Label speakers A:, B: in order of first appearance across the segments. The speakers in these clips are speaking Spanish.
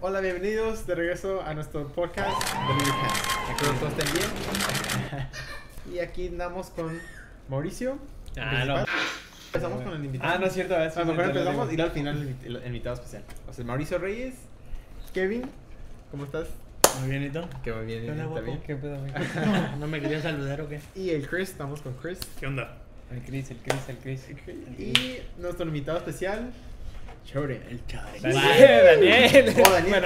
A: Hola, bienvenidos de regreso a nuestro podcast de Newcast. Espero que todos estén bien. Y aquí andamos con Mauricio.
B: No.
A: Empezamos con el invitado.
B: Ah, no es cierto.
A: A lo mejor empezamos y al final el invitado especial. O sea, Mauricio Reyes, Kevin, ¿cómo estás?
C: Muy bien, ¿y tú?
A: Que muy bien,
C: ¿Qué onda,
A: ¿está
C: guapo?
A: bien?
B: ¿Qué pedo, güey?
C: ¿No me querías saludar o qué?
A: Y el Chris, estamos con Chris.
C: ¿Qué onda?
B: El Chris.
A: Y nuestro invitado especial, Chore.
C: El Chore.
B: Daniel.
A: Oh, Daniel.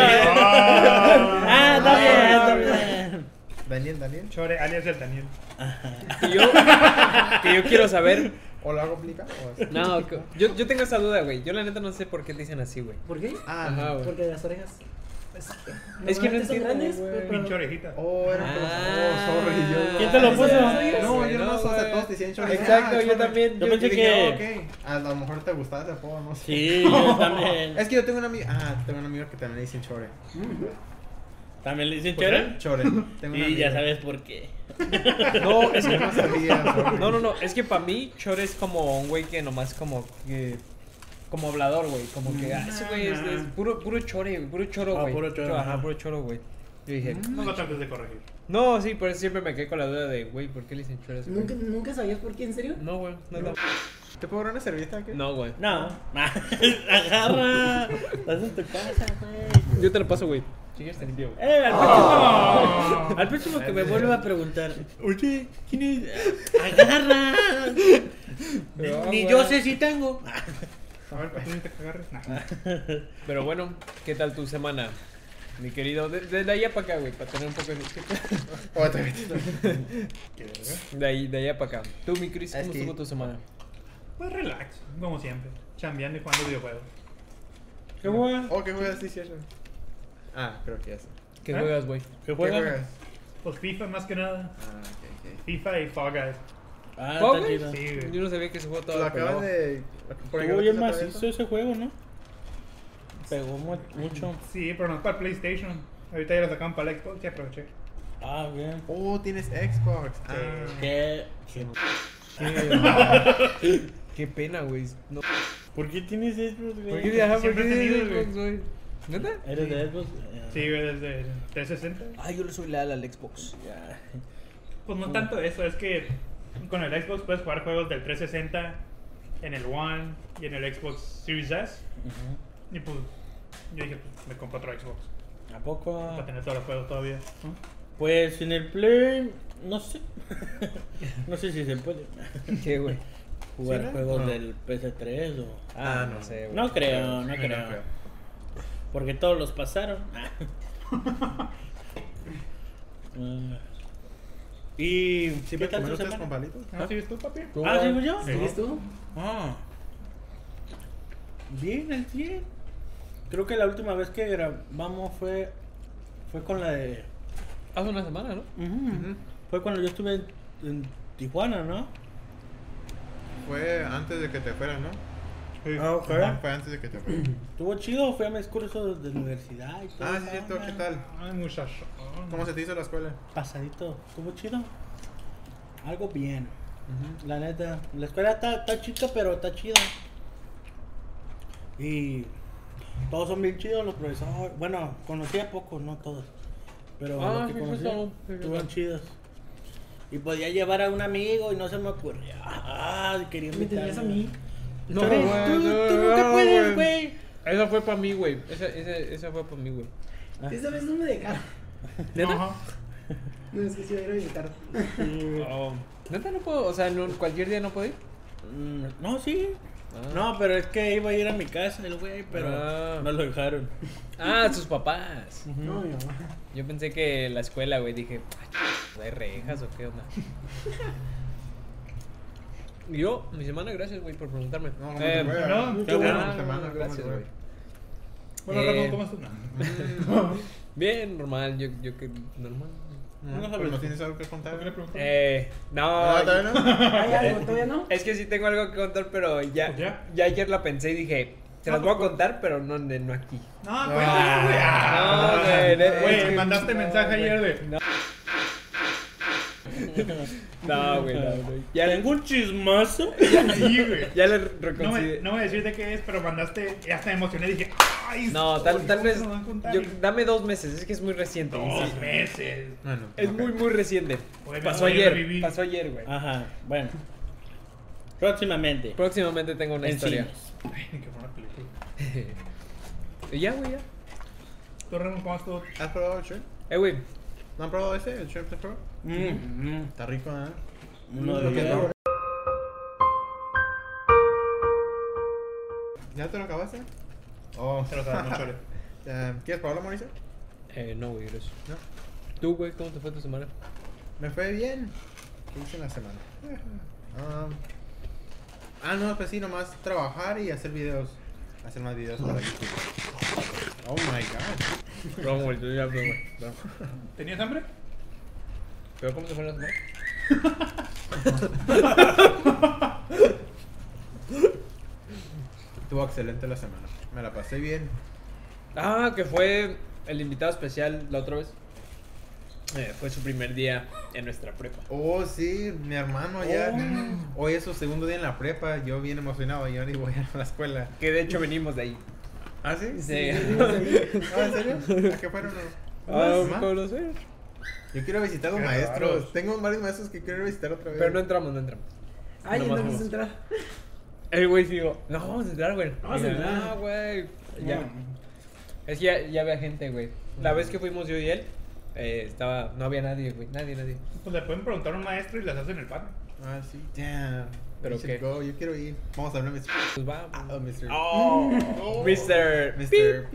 B: Está bien.
A: Daniel.
D: Chore, alias el Daniel.
B: Que yo quiero saber.
A: ¿O lo hago aplica? O es-
B: No, yo tengo esa duda, güey. Yo la neta no sé por qué te dicen así, güey.
E: ¿Por qué?
B: Ajá, güey.
E: Porque las orejas. Pues,
B: Es que no
E: normalmente son
B: entiendo,
E: grandes,
B: güey.
E: pero-
D: Pinche orejita.
A: Oh, era sorry. Yo,
C: ¿Quién te lo puso?
A: No, yo no, o sea,
B: güey.
A: todos te decían Chore.
B: Exacto,
A: Ah,
B: yo
A: Chore.
B: también.
C: Yo pensé
A: dije,
C: que-
A: ok, a lo mejor te gustaba ese apodo, no sé.
C: Sí, yo también.
A: Es que yo tengo una amiga, tengo una amiga que también le dicen Chore.
C: ¿También le dicen
D: ¿Por
C: Chore?
A: Chore. Tengo una
C: Y
A: amiga.
C: ya sabes por qué.
B: No, es
A: Yo
B: que.
A: no sabía, sorry.
B: No. Es que para mí, Chore es como un güey que nomás como que. Como hablador, güey. Como que. Ese güey es puro chore, puro choro,
C: Ah,
B: güey.
C: puro choro,
B: Ajá,
C: ajá.
B: puro choro, güey. Yo dije.
D: No lo trates de corregir.
B: No, sí, por eso siempre me quedé con la duda de, güey, ¿por qué le dicen chore a ese güey?
E: ¿Nunca sabías por qué? ¿En serio?
B: No, güey, no.
A: ¿Te puedo dar una servilleta aquí?
B: No, güey.
C: No. Agarra. Estás en tu casa, güey.
B: Yo te lo paso, güey. Si quieres te limpio, güey.
C: Al próximo que me vuelva a preguntar, oye, ¿quién es? Agarra.
B: No,
C: Ni
B: güey.
C: yo sé si tengo.
D: A ver, ¿tú te agarres? Nah.
B: Pero bueno, ¿qué tal tu semana? Mi querido, de ahí para acá, güey, para tener un poco de...
A: Oh, te metí.
B: De ahí para acá. Tú, mi Chris,
A: Es
B: ¿cómo
A: que-
B: estuvo tu semana?
D: Pues relax, como siempre. Chambeando y jugando videojuegos.
C: ¿Qué juegas?
A: Oh, ¿qué juegas? Sí, cierto. Creo que ya sé.
B: ¿Qué
D: ¿Eh?
B: juegas, güey?
C: ¿Qué
A: ¿Qué
C: juegas?
A: juegas?
D: Pues FIFA más que nada.
A: Ok.
D: FIFA y Fall Guys.
C: Ah,
B: ¿Cómo,
C: está
B: güey?
C: chido.
D: Sí, güey.
B: Yo no sabía que se jugó todo.
A: Lo acaban de...
C: Estuvo bien macizo ese juego, ¿no? Pegó mucho.
D: Sí, pero no es para PlayStation. Ahorita ya lo sacaron para el Xbox y aproveché.
C: Ah, bien.
A: Oh, tienes Xbox.
C: ¿Qué?
B: Qué pena, güey. No.
C: ¿Por qué tienes eso,
B: ¿Por
C: güey?
B: qué viajas? ¿Por
D: Siempre
B: qué
D: he tenido,
B: tienes Xbox, güey? ¿Neta?
C: ¿Eres de Xbox?
D: Sí, güey, desde 360.
B: Ay, yo le soy leal al Xbox.
C: Ya.
D: Pues no tanto eso, es que con el Xbox puedes jugar juegos del 360 en el One y en el Xbox Series S.
C: Ujú.
D: Y pues yo dije, pues me compro otro Xbox
C: ¿A poco?
D: para tener todos los juegos todavía.
C: Pues en el Play, no sé. No sé si se puede
B: ¿Qué, güey?
C: jugar
A: ¿Sí, no?
C: juegos
A: No.
C: del PS3 o...
B: No sé, güey.
C: No creo, no
D: Sí,
C: creo. Porque todos los pasaron. ¿Y
A: ¿Sí
C: qué
A: me
C: tal tu
A: comieron ustedes
C: semana?
A: con palitos?
D: ¿Ah, sigues tú, papi?
C: Ah, ¿sigo yo?
D: Sí.
E: ¿Sigues tú?
C: Ah. Bien, al 100. Creo que la última vez que grabamos fue con la de...
B: Hace una semana, ¿no?
C: Ujú. Fue cuando yo estuve en Tijuana, ¿no?
A: Fue antes de que te fueras, ¿no?
D: Sí.
C: Ah, ok.
A: Fue antes de que te fueras.
C: Estuvo chido, fui a mis cursos de universidad y todo.
A: Sí, cierto. ¿Qué tal?
D: Ay, muchacho.
A: ¿Cómo se te hizo la escuela?
C: Pasadito, estuvo chido. Algo bien. La neta, la escuela está chica, pero está chida. Y todos son bien chidos los profesores. Bueno, conocí a pocos, no todos. Pero los que
B: sí,
C: conocí
B: sí,
C: estuvieron chidos. Y podía llevar a un amigo y no se me ocurría. Quería
E: ¿Me
C: invitarlo.
E: tenías a mí?
B: No,
C: Chore,
B: güey,
C: tú
B: no,
C: nunca
B: no,
C: puedes,
B: güey.
C: güey.
B: Esa fue para mí, güey. Esa fue para mí, güey.
E: Esta vez no me dejaron.
D: Ajá.
E: No, es que sí iba a ir a visitar.
B: Oh. ¿Neta no puedo? O sea, cualquier día no puedo ir.
C: No, sí.
B: Ah.
C: No, pero es que iba a ir a mi casa el güey, pero
B: Ah.
C: no lo dejaron.
B: Sus papás.
E: No, mi mamá.
B: Yo pensé que la escuela, güey, dije, ¿hay rejas o qué onda? Y yo, mi semana, gracias, güey, por preguntarme.
A: No, no te fue.
D: no,
A: Qué
D: mucho
A: bueno,
D: bueno.
A: semana, ¿cómo
B: gracias,
A: te fue?
B: güey.
D: Bueno, Ramón, ¿cómo estás? No.
B: Bien, normal, yo que normal.
A: ¿Pero no tienes algo que contar?
D: ¿Por qué le preguntas?
B: No,
A: ¿Todavía no?
E: ¿Hay algo? ¿Todavía no?
B: es que sí tengo algo que contar, pero ya
D: ¿Ya?
B: ayer la pensé y dije, se las voy a contar, pero no aquí.
D: No, cuéntalo, güey.
B: No, güey, es
D: Güey,
B: que-
D: mandaste
B: no,
D: mensaje
B: güey.
D: ayer de.
B: No, güey, no, güey. Ya,
C: ¿Tengo un chismazo?
D: Sí, güey.
B: ya le
D: No
B: reconsideré.
D: me voy a decir de qué es, pero mandaste. Ya hasta me emocioné y dije, Ay,
B: No, tal
D: ¿cómo
B: vez.
D: se lo van a contar?
B: Dame 2 meses, es que es muy reciente.
D: 2 meses.
A: Bueno,
B: Es
A: ok.
B: muy reciente.
D: Bueno,
B: Pasó
D: voy a
B: ayer.
D: revivir.
B: Pasó ayer, güey.
C: Ajá, bueno. Próximamente.
B: Próximamente tengo una
C: En
B: historia.
C: cines.
D: Ay, ni que fuera una película.
B: Y ya, güey, ya.
D: ¿Tú, Ramón, cómo estuvo?
A: ¿Has probado el shrimp?
B: Güey.
A: ¿No han probado ese? ¿El shrimp has probado? Está rico, ¿eh?
C: Uno
A: Lo
C: de
A: que
C: los-
A: no. ¿Ya te lo acabaste? Oh,
D: Se lo sabe mucho.
A: ¿Quieres probarlo, Mauricio?
B: No, güey, gracias.
A: No.
B: ¿Tú, güey, cómo te fue tu semana?
A: Me fue bien. ¿Qué hice en la semana? No, pues sí, nomás trabajar y hacer videos. Hacer más videos para YouTube. Oh my god.
B: No, güey, tú ya, güey.
D: ¿Tenías hambre?
B: ¿Pero cómo te fue la semana?
A: Estuvo excelente la semana. Me la pasé bien.
B: Ah, que fue el invitado especial la otra vez. Fue su primer día en nuestra prepa.
A: Oh, sí, mi hermano ya. Hoy es su segundo día en la prepa. Yo bien emocionado. Yo ni voy a la escuela.
B: Que de hecho venimos de ahí.
A: ¿Ah, sí?
B: Sí.
A: ¿Ah, en serio? ¿A qué fueron? ¿Más?
B: conocer.
A: Yo quiero visitar a los
D: Qué
A: maestros.
D: raros.
A: Tengo varios maestros que quiero visitar otra vez.
B: Pero no entramos, no entramos.
E: Ay,
B: Nomás
E: no
B: vamos.
E: quise entrar.
B: El güey dijo, no, vamos a entrar, güey.
E: Vamos a
B: Y yo,
E: entrar.
B: No, güey. Ya. Es que ya había gente, güey. La vez que fuimos yo y él, no había nadie, güey. Nadie.
D: Pues le pueden preguntar a un maestro y las hacen el pan.
A: Ah, sí. Damn.
B: ¿Pero
A: We should
B: qué?
A: go. Yo quiero ir. Vamos a hablar, Mr.
B: Pues va.
A: Oh, Mr.
B: Oh, Mr.
A: Mr.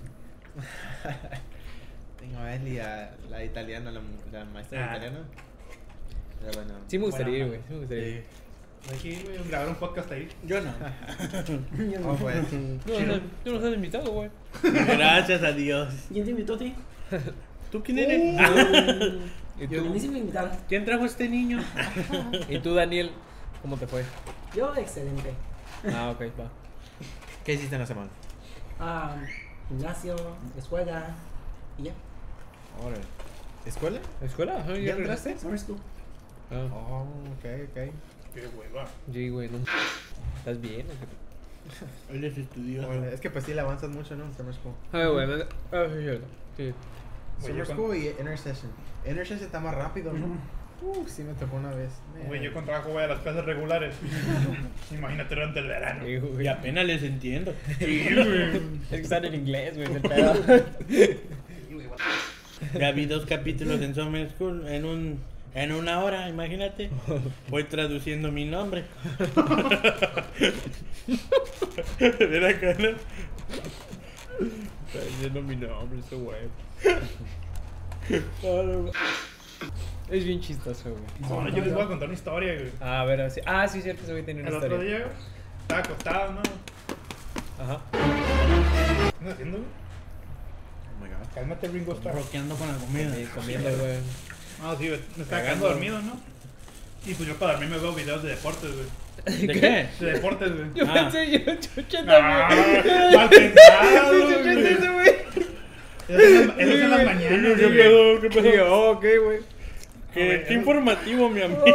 A: Tengo a Eli, a la italiana, la maestra de
D: Ah.
A: italiano. Pero bueno.
B: Sí me gustaría ir,
D: Buena
B: güey. Sí me gustaría ir.
D: Aquí, güey, grabar un podcast ahí.
C: Yo no.
E: Yo no.
A: Oh, pues.
B: Tú nos has invitado, güey.
C: Gracias a Dios.
E: ¿Quién te invitó a ti?
C: ¿Tú quién eres?
B: ¿Y
E: A mí sí
B: tú?
E: me invitaron.
C: ¿Quién trajo este niño?
B: ¿Y tú, Daniel? ¿Cómo te fue?
E: Yo, excelente.
B: Ah, ok, va.
A: ¿Qué hiciste en la semana?
E: Gimnasio, escuela y ya.
A: Órale. ¿Escuela?
B: ¿Escuela? Ajá,
A: ¿Ya
B: ¿ya regresaste?
A: entraste?
E: Summer school.
B: Ah,
A: Oh, ok.
D: Qué hueva.
B: sí, güey, no. ¿Estás bien? ¿O qué?
C: Él es estudioso.
A: Órale. Es que pues sí le avanzas mucho, ¿no? Summer School.
B: Ah, güey, sí, es cierto. Sí.
D: Güey,
A: Summer
D: yo
A: School y Intersession. Intersession está más rápido, ¿no? Sí me tocó una vez.
D: Güey, yo con trabajo voy a las clases regulares. Imagínate durante el verano.
B: Sí, güey.
C: Y apenas les entiendo.
D: Sí, güey.
B: Es que están en inglés, güey, el pedo.
C: Ya vi 2 capítulos en Summer School en una hora, imagínate. Voy traduciendo mi nombre. Ven acá, ¿no?
B: Está diciendo mi nombre, ese güey. Es bien chistoso, güey.
D: No, yo les voy a contar una historia, güey.
B: A ver, así. Ah, sí, cierto, ese güey tiene una
D: El otro
B: historia.
D: día, estaba acostado, ¿no?
B: Ajá.
D: ¿Qué estás haciendo, güey?
A: Oh my god.
D: Cálmate, Ringo Starr.
C: Roqueando con la comida.
B: Sí, comiendo, güey.
D: No, sí, güey, me estaba
B: Cagando.
D: quedando dormido, ¿no? Y pues yo para dormir me veo videos de deportes, güey.
C: ¿De qué?
D: De deportes, güey.
B: Yo
C: Ah.
B: pensé, yo chucha
D: Ah,
B: también.
D: mal pensado,
B: Sí,
D: güey.
B: chuchaste ese, güey.
D: Eso es en las mañanas,
C: ¿Qué
D: güey.
C: pedo? ¿Qué pedo?
B: Sí, oh, ok, güey.
C: Qué informativo, mi amigo.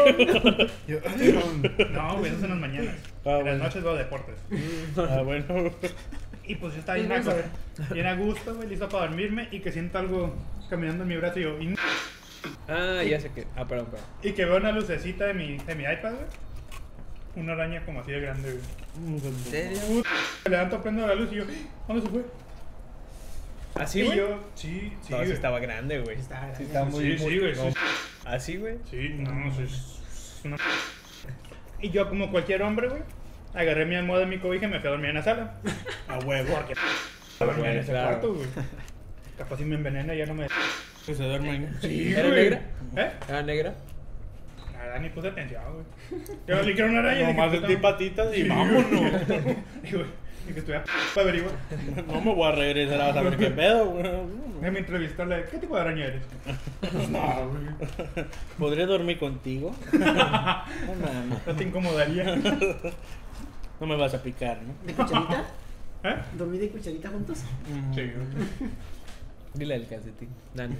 D: No, güey, eso es en las mañanas.
C: Ah,
D: En las
C: bueno.
D: noches veo deportes.
C: Ah, bueno.
D: Y pues yo estaba
E: Sí,
D: bien,
E: vamos a ver.
D: bien a gusto, güey, listo para dormirme y que siento algo caminando en mi brazo y yo,
B: Ah, ya sé que. Ah, perdón.
D: y que veo una lucecita de mi iPad, güey. Una araña como así de grande, güey.
A: ¿En serio?
D: Me levanto, prendo la luz y yo, ¿dónde se fue?
B: ¿Así,
D: y
B: güey?
D: yo, sí,
B: No,
D: güey.
B: sí estaba grande, güey.
E: Está grande.
B: Sí, estaba muy.
D: Sí, güey,
B: no.
D: sí.
B: ¿Así, güey?
D: Sí, no, sí, es una... Y yo, como cualquier hombre, güey, agarré mi almohada y mi cobija y me fui a dormir en la sala.
C: A huevo.
D: Porque dormí en ese
B: claro.
D: cuarto, güey. Capaz si me envenena ya no me...
C: Que se duermen.
D: Sí,
B: ¿Era
D: güey.
B: negra?
D: ¿Eh?
B: ¿Era negra?
D: Nada, ni puse atención, güey. Yo le quiero una araña.
C: Nomás
D: dije,
C: sentí
D: puta,
C: patitas y
D: sí,
C: vámonos.
D: Y, güey, y que estuviera para averiguar.
C: No me voy a regresar a saber qué pedo, güey.
D: Déjame entrevistarle. ¿Qué tipo de araña eres? Pues no, güey.
C: ¿Podré dormir contigo? No, mames.
D: No te incomodaría.
C: No me vas a picar, ¿no?
E: ¿De cucharita?
D: ¿Eh?
E: ¿Dormí de cucharita juntos?
D: Sí, güey.
B: Dile el calcetín. Dani.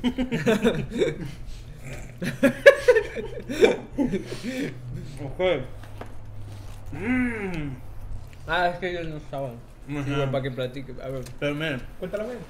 C: Ojo.
B: Ah, es que ellos no estaban. Sí, güey, para que platique. A ver.
C: Pero miren,
D: Cuéntala, güey.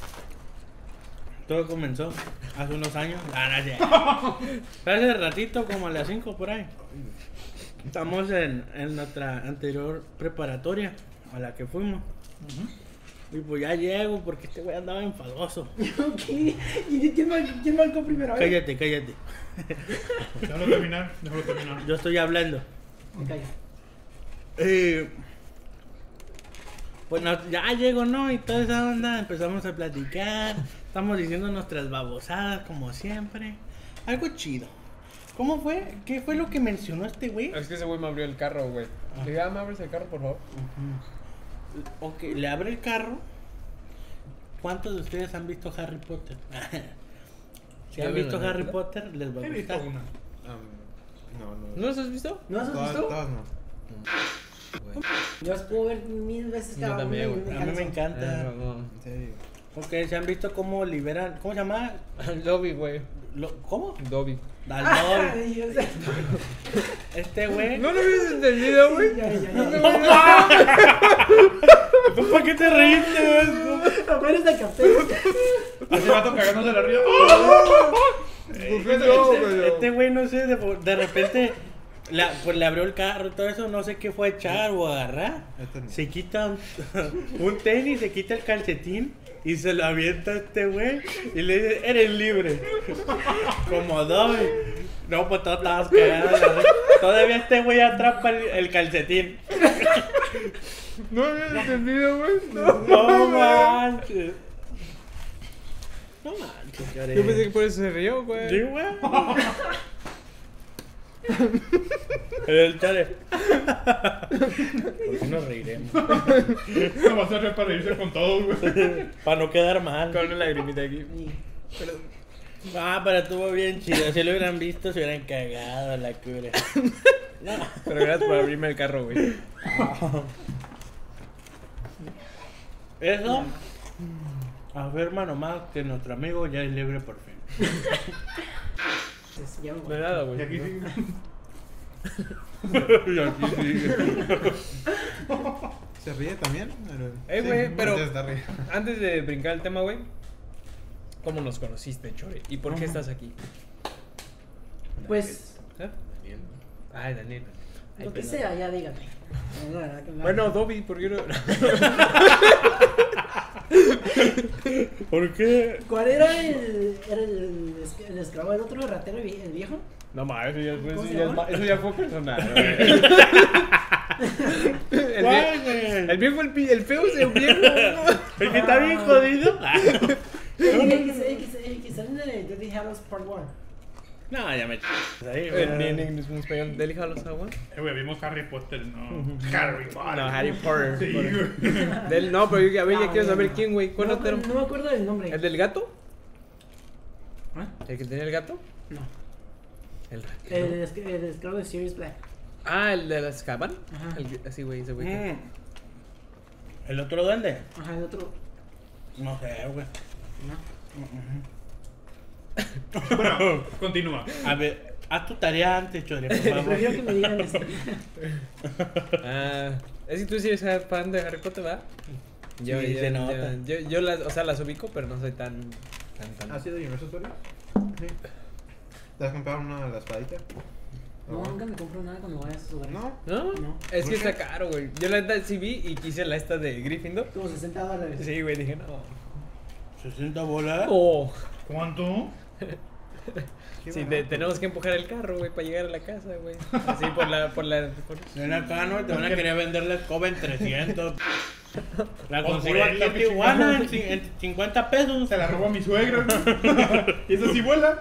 C: todo comenzó hace unos años. Hace ratito, como a las 5 por ahí. Estamos en nuestra anterior preparatoria a la que fuimos. Y pues ya llego porque este güey andaba enfadoso.
E: ¿Qué? ¿Y quién marcó primero? A ver.
C: Cállate.
D: Déjalo terminar.
C: Yo estoy hablando.
E: Ok.
C: Pues ya llego, ¿no? Y toda esa onda, empezamos a platicar. Estamos diciendo nuestras babosadas, como siempre. Algo chido. ¿Cómo fue? ¿Qué fue lo que mencionó este güey?
B: Es que ese güey me abrió el carro, güey. Le dije, ¿me abres el carro, por favor?
C: Ok, le abre el carro. ¿Cuántos de ustedes han visto Harry Potter? Si han visto Harry Potter, les va a
D: He visto
C: gustar.
D: una.
B: ¿No los has visto?
E: ¿No has visto?
A: Todas no.
E: Yo las puedo ver 1000 veces
B: Yo
E: cada una
B: también,
E: y
B: güey.
C: A mí me
E: canso.
C: encanta.
B: No.
A: En serio.
C: Ok, ¿se han visto cómo liberan? ¿Cómo se llama?
B: Dobby, güey.
C: ¿Cómo?
B: Dobby.
C: Al Dobby.
E: Ay, yo sé.
C: Este güey.
B: ¿No lo habías entendido, güey?
E: Ya.
C: ¿Tú para qué te reíste, güey?
E: Apenas la capté.
D: Hace rato cagándose la río.
C: Este güey, no sé, de repente pues le abrió el carro y todo eso, no sé qué fue a echar o agarrar. Se quita un tenis, se quita el calcetín y se lo avienta a este güey y le dice, eres libre. Como Dobby. No, pues todos estábamos cagados. Todavía este güey atrapa el calcetín.
B: ¿No habías entendido, güey?
C: No manches. No manches, lloré.
B: Yo pensé que por eso se rió, güey.
C: Sí, güey. El chale. ¿Por qué nos reiremos?
D: No vas a hacer para reírse con todos, güey.
C: Para no quedar mal.
B: Con una lagrimita aquí.
C: Pero estuvo bien chido. Si lo hubieran visto, se hubieran cagado la cura. No.
B: Pero gracias por abrirme el carro, güey.
C: Eso afirma nomás que nuestro amigo ya es libre por fin.
E: Ya me
B: No
E: voy.
B: hay nada,
D: Y
B: güey.
D: aquí sí.
C: Y aquí sigue.
A: ¿Se ríe también?
B: Güey, pero
A: Ya está riendo.
B: antes de brincar el tema, güey, ¿cómo nos conociste, Chore? ¿Y por qué estás aquí?
E: Pues,
B: ¿Eh? Ay, Daniel. Ay,
E: lo que
B: perdón.
E: sea, ya dígame.
B: Bueno, Dobby, ¿por qué no?
C: ¿Por qué?
E: ¿Cuál era el esclavo del otro ratero, el viejo?
B: No, ma, eso ya,
E: ¿Cómo se
B: eso ya,
E: llama?
B: eso ya fue personal, güey. el,
C: ¿Cuál,
B: vie-
C: güey?
B: el viejo, el feo es el viejo.
C: ¿El que está bien jodido?
E: El que sale en el Deadly Hallows Part 1.
C: No, ya me ahí,
B: En español, Deli Hallows, güey.
D: Güey, vimos Harry Potter, no. Harry Potter.
B: No, Harry Potter.
D: Sí, güey.
B: No, pero yo, a ver, ya quiero saber quién, güey. ¿Cuál
E: no,
B: otro?
E: no me acuerdo del nombre.
B: ¿El del gato?
E: ¿Ah?
B: ¿El que tenía el gato?
E: No.
B: El
E: El esclavo de Sirius Black.
B: Ah, el de las Azkaban.
E: Ajá.
B: Así, güey, ese güey.
C: ¿El otro duende?
E: Ajá, el otro.
C: No sé, güey.
D: Bueno, continúa.
C: A ver, haz tu tarea antes, Chore, por favor.
E: Prefiero que me digan eso.
B: Ah, es que tú sí eres fan de Harry Potter, ¿verdad? Yo,
C: Sí,
B: yo,
C: se nota.
B: yo las, o sea, las ubico, pero no soy tan.
A: ¿Has sido de Universal Studios? Sí. ¿Te has comprado una de la espadita?
E: No, nunca me compro nada cuando vayas a esos lugares.
A: ¿No?
B: ¿No?
E: No.
B: Es que
A: ¿Por qué?
B: está caro, güey. Yo la neta sí vi y quise la esta de Gryffindor.
E: Como $60.
B: Sí, güey, dije no.
C: 60 bolas.
B: Oh.
D: ¿Cuánto?
B: Sí, tenemos que empujar el carro, güey, para llegar a la casa, güey. Así por
C: Ven acá, ¿no? Te van a querer vender la escoba en 300. La
D: Pues
C: consigo
D: por
C: aquí
D: eso,
C: en
D: qué
C: Tijuana en 50 pesos.
D: Se la robó a mi suegro. Y eso sí vuela.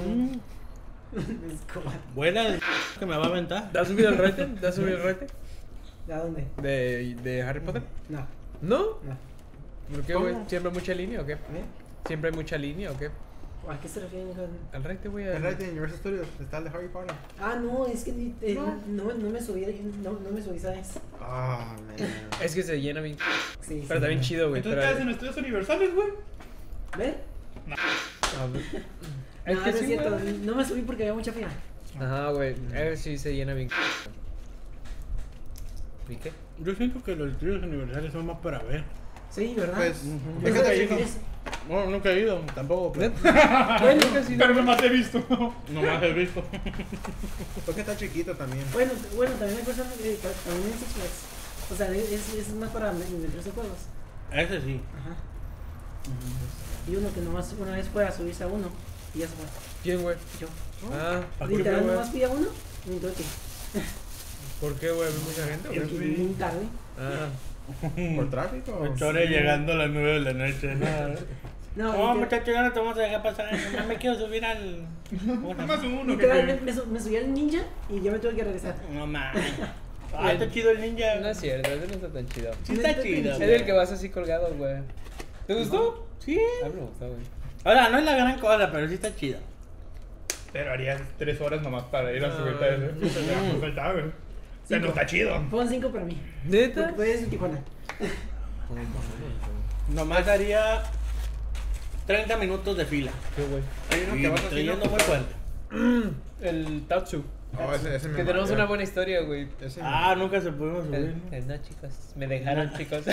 E: Escoba.
C: Buena que me va a aventar.
B: ¿Te has subido el rating? ¿Te has subido el rating?
E: ¿A dónde?
B: ¿De Harry Potter?
E: No,
B: ¿No?
E: no.
B: ¿Por qué,
A: ¿Cómo?
B: güey? ¿Siempre hay mucha línea o qué?
E: ¿Eh?
B: ¿Siempre hay mucha línea o qué?
E: ¿A qué se refieren con...?
B: Al rating, güey.
A: El rating de Universal Studios está el de Harry Potter.
E: Ah, no, es que no me subí, no me subí, ¿sabes?
A: Ah, man.
B: Es que se llena bien.
E: Sí,
B: Pero está bien chido, güey.
D: Entonces,
B: pero-
D: ¿qué hacen estudios universales, güey?
E: ¿Ven?
B: A ver.
E: No, no es
B: sí,
E: cierto,
B: güey.
E: no me subí porque había mucha fila.
B: Ajá, güey. Sí se llena bien. ¿Y qué?
C: Yo siento que los estudios universales son más para ver.
E: Sí, ¿verdad?
A: Pues,
E: Es-
A: fíjate,
E: es-
A: hijo.
E: es-
C: No, nunca he ido, tampoco. Pero
E: Bueno,
D: Pero nomás he visto.
C: nomás he visto.
A: Porque está chiquito también.
E: bueno, también hay cosas también en Six Flags. O sea, es más para meterse juegos.
C: Ese sí.
E: Ajá. Y uno que nomás una vez fue a subirse a uno y ya se fue.
B: ¿Quién, güey?
E: Yo.
B: Ah,
C: ¿A qué
E: Literal,
C: fue, güey?
E: nomás fui a uno y me tuve que
B: ¿por qué, güey? ¿Hay mucha gente,
E: ir
B: güey?
E: muy tarde.
B: Ah,
A: ¿Por tráfico?
C: El Chore llegando a las 9 de la noche.
E: No,
C: No,
E: literal-
C: muchachos, ya no te vamos a dejar pasar. No me quiero subir al. ¿Cómo se llama?
D: Más uno.
E: literal, me subí al ninja y ya me tuve que regresar.
C: No mames. Ah, está chido el ninja.
B: no es cierto, ese no está tan chido.
C: Sí, está chido.
B: Es el que vas así colgado, güey. ¿Te gustó?
C: Sí.
B: A mí me gustó, güey.
C: Ahora, no es la gran cosa, pero sí está chido.
D: Pero harías 3 horas nomás para ir a subirte a ese.
C: Mm.
D: No faltaba, güey. O sea, no está chido.
E: Pon 5 para mí.
B: ¿Neta?
E: Porque puedes en Tijuana.
C: Nomás haría 30 minutos de fila.
B: ¿Qué, güey?
A: Hay uno
C: Y
A: que
C: me
A: vas
C: estoy
A: así, ¿no?
C: yendo muy fuerte.
B: El Tatsu.
A: Oh, ese me
B: Que tenemos
A: marea.
B: una buena historia, güey.
A: Ese
C: Ah, nunca se pudimos subir.
B: No, chicos. Me dejaron, chicos.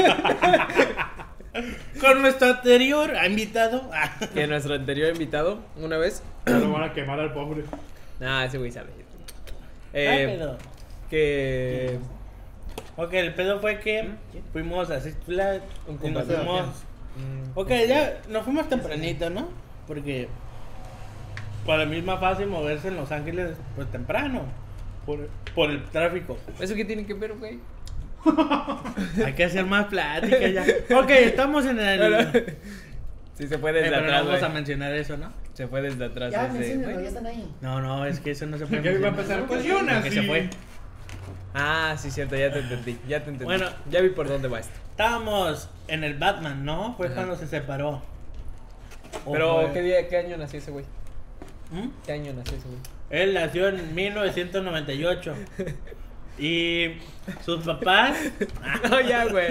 C: Con nuestro anterior invitado.
B: Que nuestro anterior invitado, una vez.
D: No lo van a quemar al pobre.
B: Nah, ese güey sabe.
C: Rápido.
B: Que.
C: Ok, el pedo fue que fuimos a Six Flags
B: Un
C: y nos
B: compadre.
C: fuimos. Ok, ya nos fuimos tempranito, ¿no? Porque para mí es más fácil moverse en Los Ángeles pues temprano. Por el tráfico.
B: ¿Eso qué tiene que ver, güey?
C: Hay que hacer más plática ya. Ok, estamos en el.
B: Sí, se fue desde
C: Pero no
B: atrás,
C: vamos a
B: güey.
C: mencionar eso, ¿no?
B: Se fue desde atrás.
E: Ya,
B: ese,
E: menciónenlo,
B: güey.
E: ya están ahí.
C: No, es que eso no se puede
D: Ya iba a
C: mencionar.
D: empezar pues Jonas.
C: Que se fue.
B: Ah, sí, cierto, ya te entendí. Ya te entendí.
C: Bueno.
B: Ya vi por dónde va esto.
C: Estábamos en el Batman, ¿no? Fue
B: Ajá.
C: cuando se separó. ¿O
B: Pero,
C: fue-
B: ¿qué año nació ese güey?
C: ¿Mm?
B: ¿Qué año nació ese güey?
C: Él nació en 1998. Y sus papás.
B: No, ya, güey.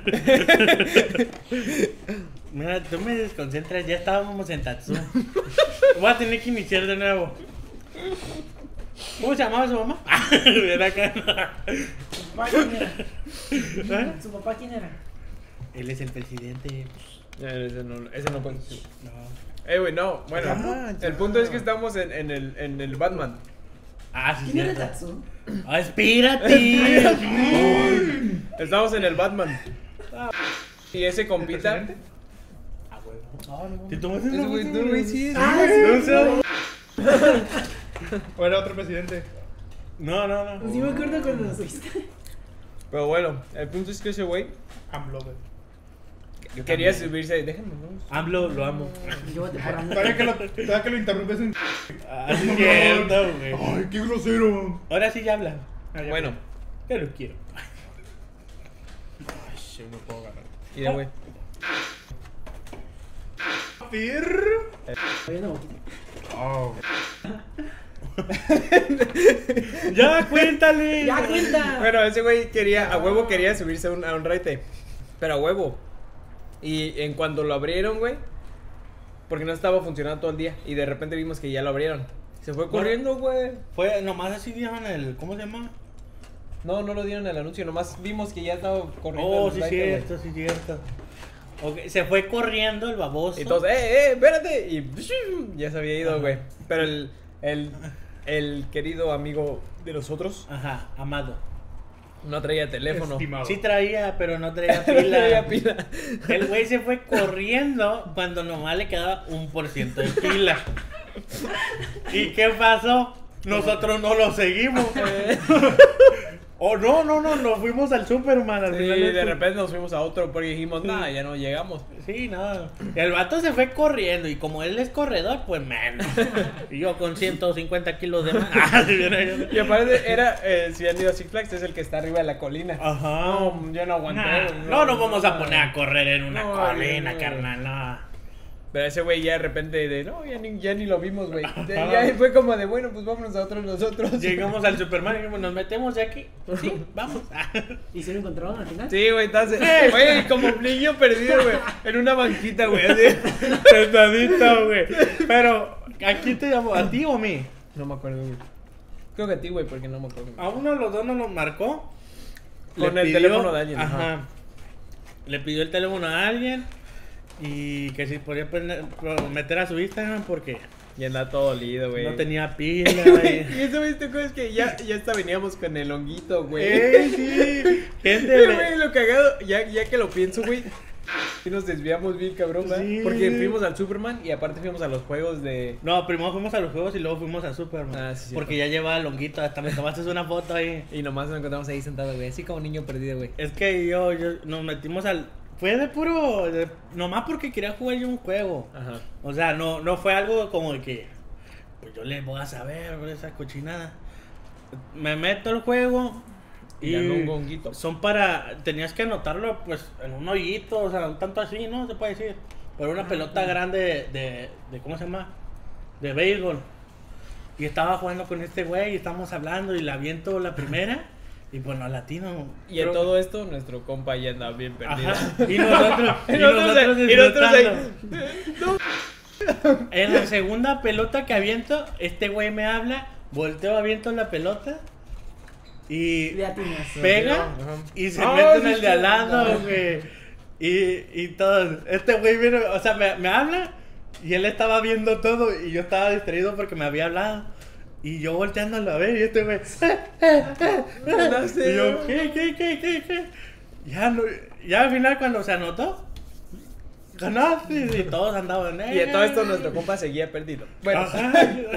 C: Mira, tú me desconcentras, ya estábamos en Tatsu. Voy a tener que iniciar de nuevo. ¿Cómo se llamaba su mamá? Ven acá.
E: ¿Su papá quién era?
C: ¿Eh?
E: ¿Su papá quién era?
C: Él es el presidente.
B: Ese no puede ser.
C: No.
B: Güey, no. Bueno, el punto es que estamos en el Batman.
C: Ah, sí,
E: ¿Quién era
C: cierto.
E: Tatsu?
C: Ah, espérate.
B: Estamos en el Batman. Y ese compita.
D: presidente?
C: Ah, güey.
E: Oh, no.
C: ¿Te tomaste
B: Ese
C: una
B: güey,
C: foto?
B: no, güey, sí.
E: Ah,
C: No
E: sí.
C: sé.
D: ¿O era otro presidente?
C: No.
E: Sí me acuerdo cuando lo subiste.
B: Pero bueno, el punto es que ese güey
D: AMLO, güey.
B: quería subirse. Déjenme, ¿no?
C: AMLO, lo amo.
E: Yo te por amor.
D: Todavía que lo interrumpes en.
C: Ah, sí, cierto, güey.
D: Ay, qué grosero.
C: Ahora sí ya habla.
D: Ah, ya,
B: Bueno,
C: Yo lo quiero.
A: Ay, shit, no puedo agarrar.
B: mira, güey.
D: Fir.
E: Oye, no, boquita.
A: Oh,
C: Ya, cuéntale.
E: ¡Ya cuenta!
B: Bueno, ese güey quería, a huevo quería subirse a un raite. Pero a huevo. Y en cuando lo abrieron, güey. Porque no estaba funcionando todo el día. Y de repente vimos que ya lo abrieron. Se fue corriendo, güey.
C: Fue nomás así dieron el. ¿Cómo se llama?
B: No lo dieron el anuncio. Nomás vimos que ya estaba corriendo.
C: Oh,
B: el
C: sí,
B: raite, güey.
C: cierto, sí, cierto. Ok, se fue corriendo el baboso.
B: Y todos, espérate. Y ya se había ido, güey. Pero el querido amigo de nosotros
C: Ajá, amado.
B: no traía teléfono.
D: Estimado.
C: Sí traía, pero no traía
B: No
C: pila.
B: traía pila.
C: El güey se fue corriendo cuando nomás le quedaba 1% de pila. ¿Y qué pasó? Nosotros no lo seguimos. Oh, no, nos fuimos al Superman al
B: Sí,
C: final del
B: de
C: Super-
B: repente nos fuimos a otro porque dijimos, nada, ya no llegamos.
C: Sí, no. El vato se fue corriendo y como él es corredor, pues menos. Y yo con 150 kilos de más. Ah, sí, mira, yo-
B: Y aparte era, si han ido a Six Flags, es el que está arriba de la colina.
C: Ajá.
B: No, yo no aguanté.
C: No nos vamos a poner a correr en una
B: No,
C: colina,
B: no.
C: carnal, no.
B: Pero ese güey ya de repente ya ni lo vimos, güey. Ya fue como de, bueno, pues vámonos a otros nosotros.
C: Llegamos al Superman y dijimos, ¿nos metemos de aquí? Sí, vamos.
E: ¿Y se lo encontraron al final?
B: Sí, güey, entonces, güey, como niño perdido, güey, en una banquita, güey, así.
C: Sentadito, güey. Pero, ¿a quién te llamó? ¿A ti o a mí?
B: No me acuerdo, güey. Creo que a ti, güey, porque no me acuerdo.
C: A uno de los dos nos lo marcó.
B: Con el teléfono de alguien.
C: Ajá. Le pidió el teléfono a alguien y que si podía meter a su Instagram porque
B: Y anda todo dolido, güey.
C: no tenía pila.
B: Y eso, güey, ¿te acuerdas que ya hasta veníamos con el honguito, güey?
C: Sí, gente.
B: Sí, güey, lo cagado, ya que lo pienso, güey. Y nos desviamos bien, cabrón, ¿verdad?
C: Sí.
B: Porque fuimos al Superman y aparte fuimos a los juegos de...
C: No, primero fuimos a los juegos y luego fuimos a Superman.
B: Ah, sí,
C: porque ya llevaba longuito, hasta me tomaste una foto ahí.
B: Y nomás nos encontramos ahí sentados, güey, así como niño perdido, güey.
C: Es que yo nos metimos al... Fue de puro... nomás porque quería jugar yo un juego.
B: Ajá.
C: O sea, no fue algo como de que... Pues yo le voy a saber por esa cochinada. Me meto al juego...
B: Y ganó un honguito.
C: Son para... Tenías que anotarlo pues en un hoyito, o sea, un tanto así, ¿no? Se puede decir. Pero una pelota grande de ¿cómo se llama? De béisbol. Y estaba jugando con este güey y estábamos hablando y la aviento la primera y pues no latino.
B: Y en todo esto, nuestro compa ya anda bien perdido.
C: Ajá. Y nosotros
B: Y nosotros ahí.
C: disfrutando. En la segunda pelota que aviento, este güey me habla, volteo, aviento la pelota y
E: Le atinas.
C: pega
B: Ajá.
C: y se
B: Ah,
C: mete en
B: sí,
C: el de al lado, güey. Y todo. Este güey viene, o sea, me habla y él estaba viendo todo y yo estaba distraído porque me había hablado. Y yo volteándolo a ver y este güey.
B: No sé.
C: Y yo, ¿qué? Ya al final cuando se anotó, ganaste y todos andaban.
B: Y en todo esto nuestro compa seguía perdido. Bueno,
C: Ajá.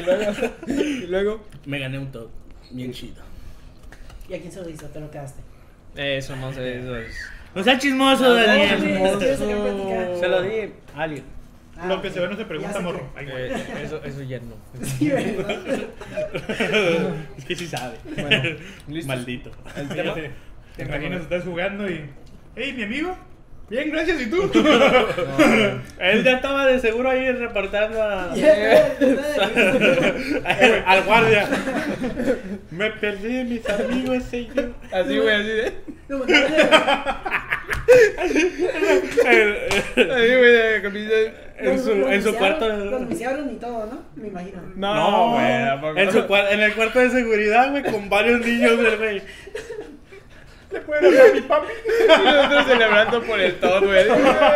B: y luego...
C: Me gané un top. Bien chido.
E: ¿Y a quién se lo hizo? ¿Te lo quedaste?
B: Eso no sé, eso es...
C: No sea chismoso, Daniel.
E: no, ¿quieres sacar plática?
C: Se lo di a alguien.
E: Ah,
D: Lo que se ve no se
E: ya
D: pregunta,
E: sé
D: morro.
E: que-
D: Ay, güey.
B: Eso ya no.
E: Sí, ¿verdad?
C: Es que sí sabe.
B: Bueno, ¿listos?
C: Maldito.
B: ¿El
D: Ya
B: tema?
D: sé. Te imaginas, estás jugando y... ¡Hey, mi amigo! Bien, gracias, ¿y tú?
C: Él ya estaba de seguro ahí reportando a...
E: Ya,
C: al guardia. Me perdí de mis amigos, señor.
B: Así, güey, así de...
E: no, no,
B: Así, güey, de camisa...
C: En su cuarto.
E: Lo iniciaron y todo, ¿no? Me imagino.
B: No, güey, tampoco.
C: En el cuarto de seguridad, güey, con varios niños, güey.
D: ¿Le pueden hablar a mi papi?
B: Y nosotros celebrando por el todo, güey.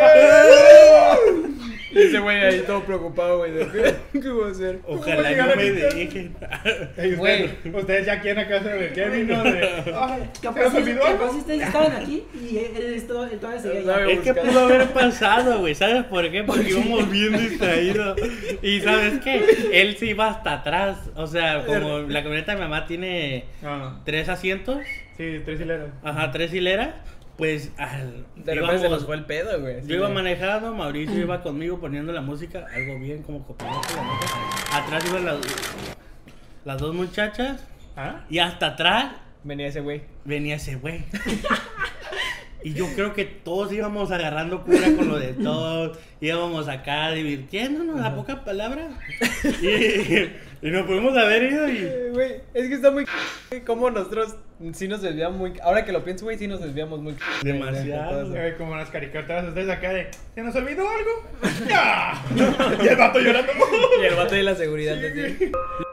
B: Y ese güey ahí todo preocupado, güey. ¿Qué voy a hacer?
C: Ojalá
D: llegar
C: no
D: a
C: me
D: mi casa?
C: dejen.
D: Ey,
B: Güey.
D: ustedes ya quieren a casa de Kevin, ¿no? De... Ay, ¿se
E: Capaz
D: nos olvidó algo?
E: si ustedes estaban aquí y él todavía seguía allá.
C: Es que pudo haber pasado, güey. ¿Sabes por qué? Porque íbamos bien distraídos. Y ¿sabes qué? Él se iba hasta atrás. O sea, como la camioneta de mi mamá tiene
D: Ah,
C: 3 asientos.
D: sí, 3 hileras.
C: Ajá, 3 hileras. Pues
B: De repente se nos fue el pedo, güey. así
C: Yo iba
B: de-
C: manejando, Mauricio iba conmigo poniendo la música, algo bien como copiloto, la neta. Atrás iban las dos muchachas
D: ¿Ah?
C: y hasta atrás
B: Venía ese güey.
C: venía ese güey. Y yo creo que todos íbamos agarrando cura con lo de todos, íbamos acá divirtiéndonos, a pocas palabras. Y nos pudimos haber ido y...
B: Güey, es que está muy... Como nosotros sí nos desviamos muy... Ahora que lo pienso, güey, sí nos desviamos muy...
C: Demasiado.
D: Como las caricaturas, ustedes acá de... ¿Se nos olvidó algo? ¡Ya! Y el vato llorando.
B: Y el vato de la seguridad así.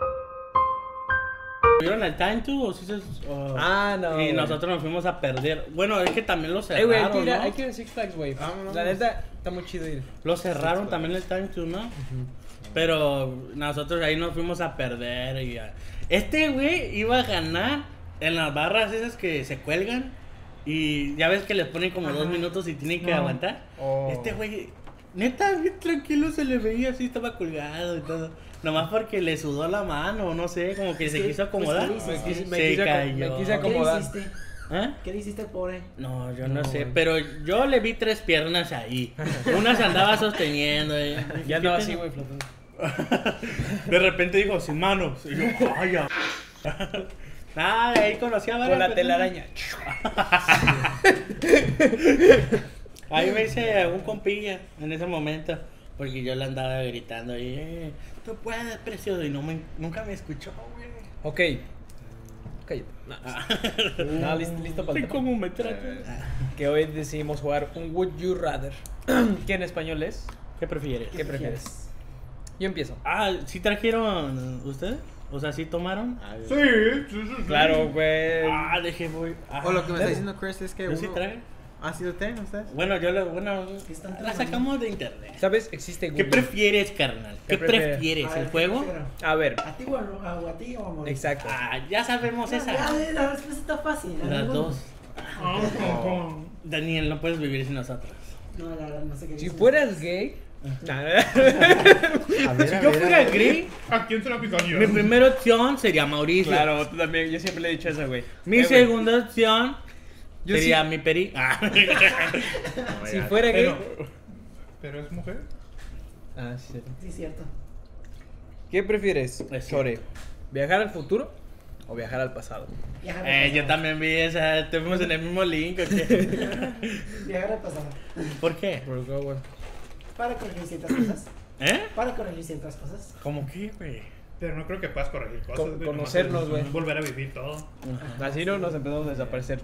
C: ¿Vieron el Time 2 o sí se...?
B: Ah, no.
C: Y
B: güey.
C: nosotros nos fuimos a perder. Bueno, es que también lo cerraron,
B: Güey, hay
C: ¿no?
B: que ir a Six Flags, güey.
A: Vámonos.
B: La neta, está muy chido ir.
C: Lo cerraron también el Time 2, ¿no? Pero nosotros ahí nos fuimos a perder. Y este güey iba a ganar en las barras esas que se cuelgan. Y ya ves que les ponen como 2 minutos y tienen que aguantar.
B: Oh.
C: Este güey, neta, bien tranquilo se le veía así, estaba colgado y todo. Nomás porque le sudó la mano, no sé, como que se
E: Sí,
C: quiso acomodar.
E: pues, ¿qué
B: Me
E: dices?
B: quise, me
C: Se
B: quise,
C: cayó.
B: me quise
E: ¿Qué le
B: acomodar.
E: hiciste?
C: ¿Eh?
E: ¿Qué le hiciste al pobre?
C: No, yo no,
B: No,
C: sé,
B: güey.
C: pero yo le vi 3 piernas ahí. Una se andaba sosteniendo.
B: Ya andaba así, güey, flotando.
C: De repente dijo, sin manos. Y yo, ay, ya. Nada, ahí conocí a varias
B: Con la
C: personas.
B: telaraña.
C: Ahí me hice un compilla en ese momento. Porque yo le andaba gritando y tú puedes, precioso. Y nunca me escuchó, güey.
B: Ok. Cállate. No, listo para el tema.
C: ¿Cómo me tratas?
B: Que hoy decidimos jugar un Would You Rather. ¿Qué en español es?
C: ¿Qué prefieres?
B: ¿Qué prefieres? Yo empiezo.
C: Ah, ¿sí trajeron ustedes? O sea, ¿sí tomaron?
D: Sí, sí, sí.
B: Claro, güey.
C: Ah, dejé voy.
A: O lo que me está diciendo Chris es que
C: Yo sí
A: uno...
C: traje.
A: Ah, ¿sí lo traen ustedes?
C: Bueno, bueno,
E: ¿Qué están
C: la
E: tomando?
C: sacamos de internet.
B: ¿Sabes? Existe
C: ¿Qué
B: Google.
C: prefieres, carnal?
B: ¿Qué
C: ¿Qué
B: prefieres?
C: prefieres?
E: A ver,
C: ¿El
E: ¿qué
C: juego?
E: prefiero?
B: A ver,
E: ¿A ti o a ti o a Mauricio?
B: exacto.
C: Ah, ya sabemos esa.
E: La respuesta está fácil.
C: Las
E: ninguno.
C: dos.
D: Ah, ¿cómo?
C: Daniel, no puedes vivir sin nosotros.
E: No, la verdad, no sé qué
B: Si
E: dicen.
B: fueras gay. Nah.
C: Si yo fuera gay,
D: ¿A quién se la picaría?
C: mi primera opción sería Mauricio.
B: Claro, tú también. Yo siempre le he dicho eso, güey.
C: Mi
B: güey,
C: segunda opción
B: Yo
C: sería
B: sí-
C: mi peri. Ah.
B: Si fuera gay.
D: Pero es mujer.
B: Ah, sí.
E: Sí, cierto.
B: ¿Qué prefieres,
C: Pues sí.
B: Chore? ¿Viajar al futuro o viajar al pasado?
E: Viajar al
C: Yo
E: pasado.
C: también vi esa. Estuvimos en el mismo link. ¿O qué?
E: Viajar al pasado.
C: ¿Por qué?
E: Para corregir ciertas cosas.
C: ¿Eh?
E: Para corregir ciertas cosas.
C: ¿Cómo qué, güey?
D: Pero no creo que puedas corregir cosas.
B: Con-
D: güey,
B: conocernos,
D: nomás es
B: güey.
D: Volver a vivir todo.
B: Así no nos empezamos a desaparecer.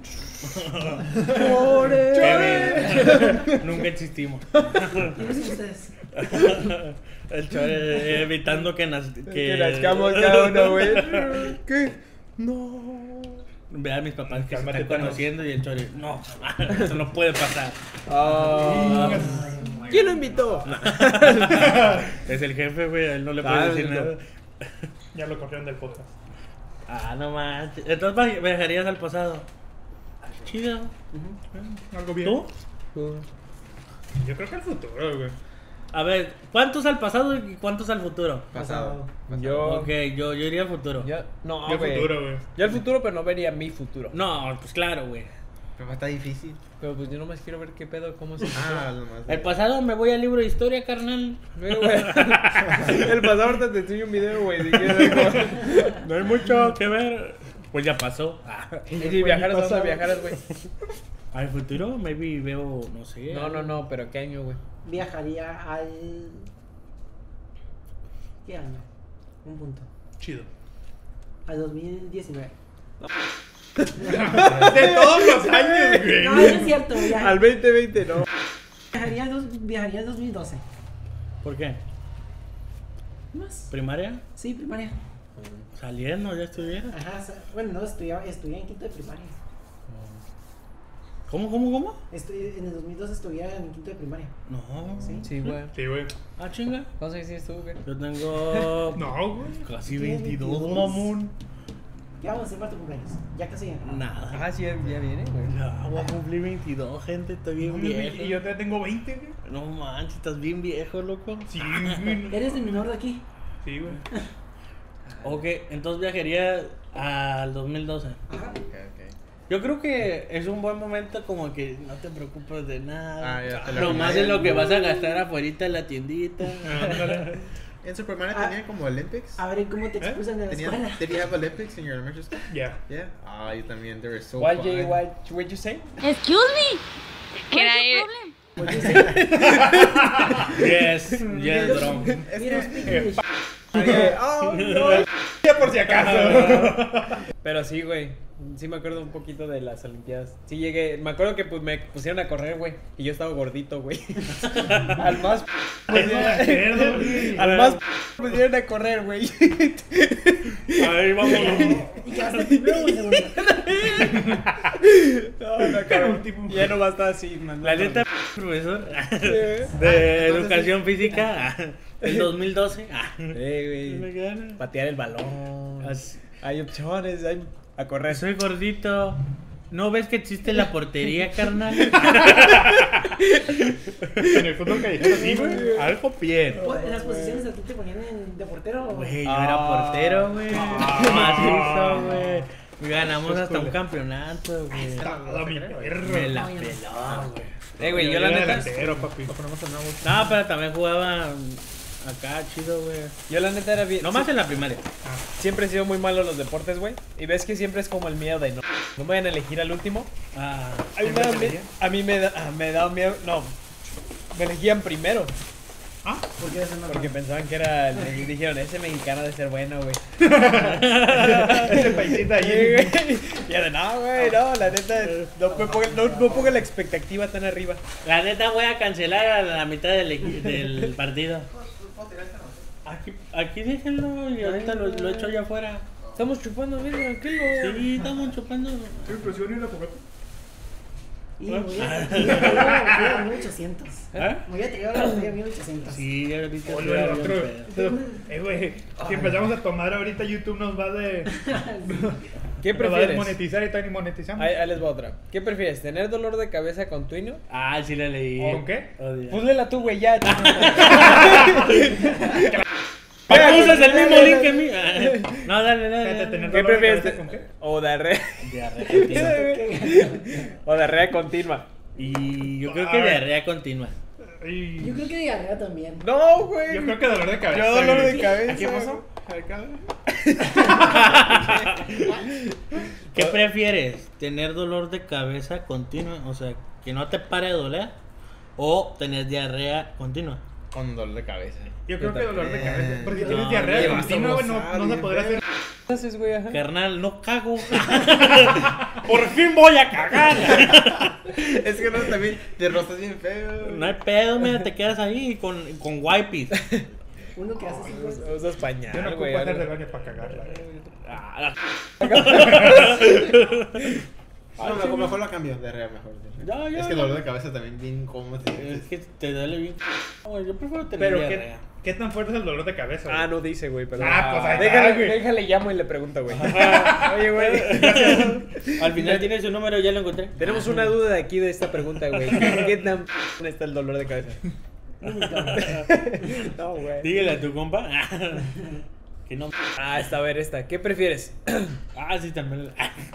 C: Qué bien. Nunca existimos.
E: ¿Quiénes son ustedes?
C: El Chore evitando que
B: Que nazcamos cada uno, güey. ¿Qué? No.
C: Ve a mis papás que se
D: Cálmate,
C: están
D: Thanos.
C: conociendo y el Chore. No, eso no puede pasar.
B: Ah. ¿Quién lo invitó?
C: Es el jefe, güey. A él no le
B: Ah,
C: puede decir
B: no.
C: nada.
D: Ya lo corrieron del podcast.
C: Ah, no manches. Entonces viajarías al pasado. Chido.
D: Algo bien.
C: ¿Tú?
D: Yo creo que al futuro, güey.
C: A ver, ¿cuántos al pasado y cuántos al futuro?
A: Pasado.
B: Yo.
C: Ok, yo iría al futuro.
B: No,
D: Yo al
B: güey.
D: futuro, güey.
B: Yo al futuro, pero no vería mi futuro.
C: No, pues claro, güey.
A: Pero está difícil.
B: Pero pues yo nomás quiero ver qué pedo, cómo se.
A: Ah, nomás.
C: El pasado me voy al libro de historia, carnal.
B: Güey, güey. El pasado ahorita te enseño un video, güey. Si quieres, güey.
C: No hay mucho que ver. Pues ya pasó.
B: Y si viajaras, ¿a dónde viajaras, güey?
C: Al futuro, maybe veo, no sé.
B: No, pero ¿qué año, güey?
E: Viajaría al... ¿Qué año? Un punto.
D: Chido.
E: Al 2019.
D: De todos los años, güey.
E: No, no es cierto.
B: Al 2020, no.
E: Viajaría al 2012.
C: ¿Por qué?
E: ¿Más?
C: ¿Primaria?
E: Sí, primaria.
C: Saliendo, ya estuviera.
E: Ajá, bueno, no, estudié en quinto de primaria.
C: ¿Cómo?
E: En el 2012 estudié en quinto de primaria.
C: No.
E: Sí.
B: Sí, güey.
D: Sí, güey.
C: Ah, chinga.
B: ¿Cuántos años tienes tú, güey?
C: Yo tengo
D: No, güey.
C: casi
E: ¿Tienes
C: 22,
E: 22?
C: mamón.
E: ¿Qué vamos a hacer para tu cumpleaños? Ya casi.
C: Nada.
B: Ah, sí, ya viene, güey.
C: No, voy a cumplir 22, gente. Estoy bien viejo.
D: Y yo todavía tengo 20, güey.
C: No manches, estás bien viejo, loco.
D: Sí, güey.
E: Eres el menor de aquí.
D: Sí, güey.
C: Ok, entonces viajaría al 2012.
E: Ajá.
A: Ok, ok.
C: Yo creo que es un buen momento como que no te preocupes de nada.
A: Ah, ya te lo
C: Nomás
A: imaginé.
C: en lo que vas a gastar afuera en la tiendita.
A: En su primaria
E: Ah.
A: tenían como Olympics.
E: A ver cómo te expulsan de la escuela.
A: Did you have Olympics in your elementary school?
D: Ya.
A: Yeah. Ah, you también. They were so
B: What
A: fun.
B: you say?
F: Excuse me. Can I?
E: What you say?
C: Yes, yes, bro.
E: Mira, speak English.
B: Oh, no.
D: Ya por si acaso.
B: Pero sí, güey. Sí me acuerdo un poquito de las Olimpiadas. Sí llegué. Me acuerdo que pues me pusieron a correr, güey. Y yo estaba gordito, güey. Al más. Al más me pusieron a correr, güey.
C: Ahí vámonos.
E: ¿Y quedaste primero o segundo?
B: No, cabrón. Ya no basta así, man.
C: La neta, profesor
B: Eh,
C: de educación física, el 2012. Me
B: güey.
C: gana.
B: Patear el balón.
C: Así.
B: Hay opciones, hay a correr.
C: Soy gordito. ¿No ves que existe la portería, carnal?
D: En el fútbol callejero, sí, güey.
C: Algo bien.
E: En las posiciones a ti te ponían de portero.
C: Güey, yo era portero, güey. Macizo, güey. Ganamos hasta un campeonato, güey.
D: Toda mi perro.
C: Me la peló, güey.
B: Güey, yo la neta.
D: delantero, papi.
C: No, pero también jugaba acá, chido, güey.
B: Yo la neta era bien.
C: Nomás en la primaria.
B: Siempre he sido muy malo en los deportes, güey. Y ves que siempre es como el miedo de no me vayan a elegir al último.
C: Ah,
B: A mí me da, me da miedo. No, me elegían primero.
E: ¿Por qué eres el más
B: Porque pensaban que era. Y dijeron, ese mexicano de ser bueno, güey.
D: Ese paisita
B: Sí,
D: ahí.
B: güey. Y ya de no, güey, no, la neta. No ponga la expectativa tan arriba.
C: la neta voy a cancelar a la mitad del partido. Aquí déjenlo y ahorita lo echo allá afuera.
B: Estamos chupando bien tranquilo.
C: Sí, estamos chupando.
D: ¿Qué impresión y la fogata?
E: Y muy a 1800.
C: ¿Eh?
E: Muy atrevido a la botella 1800.
C: Sí, ahorita.
D: O
C: sí,
D: lo del
C: bien
D: otro.
C: pedo.
D: Güey, si empezamos a tomar ahorita, YouTube nos va de.
B: ¿Qué
D: Nos va a
B: prefieres?
D: desmonetizar y está ni monetizando.
B: Ahí les va otra. ¿Qué prefieres? ¿Tener dolor de cabeza continuo?
C: Ah, sí la leí.
D: ¿Con qué?
B: Pues léela tú, güey, ya.
C: ¿Para qué usas el mismo link que mí? No, dale,
D: Fíjate,
C: dale.
D: tener
B: ¿Qué
D: dolor de
B: prefieres?
D: cabeza, ¿con qué?
B: O diarrea.
C: Diarrea continua.
B: O diarrea continua.
C: Y yo creo que diarrea continua.
D: Y-
E: Yo creo que diarrea también.
B: No, güey.
D: Yo creo que dolor de cabeza.
B: Yo dolor
D: güey.
B: de cabeza.
A: ¿Qué pasó? Acá.
C: ¿Qué prefieres? ¿Tener dolor de cabeza continua? O sea, que no te pare de doler. ¿O tener diarrea continua?
A: Con dolor de cabeza.
D: Yo creo que dolor de cabeza. Porque si tienes
C: No,
D: diarrea
C: lleva
D: continua, güey, no se podrá hacer.
B: ¿Qué haces, güey? Ajá.
C: Carnal, no cago. Por fin voy a cagar.
A: Es que no, también te rozas bien feo.
C: No hay pedo, mira, te quedas ahí con wipes.
E: Uno que hace así, güey.
B: Usas pañal,
D: Yo no
B: güey.
D: ocupo hacer de baño para cagarla.
C: Ah,
A: No, mejor lo cambio. Diarrea mejor.
C: Ya,
A: Es que dolor de cabeza también bien incómodo.
C: es que te duele bien. Güey, yo prefiero tener
D: Pero,
C: diarrea.
D: ¿qué tan fuerte es el dolor de cabeza?
B: Ah,
D: güey?
B: no dice, güey, perdón.
D: Ah, pues ahí está, güey.
B: Déjale, llamo y le pregunto, güey. Oye, güey.
C: Al final tiene su número, ya lo encontré.
B: Tenemos una duda de aquí de esta pregunta, güey. ¿Qué tan está el dolor de cabeza? No, güey.
C: Dígale a tu compa. Que no.
B: Ah, está, a ver esta. ¿Qué prefieres?
C: Ah, sí, también.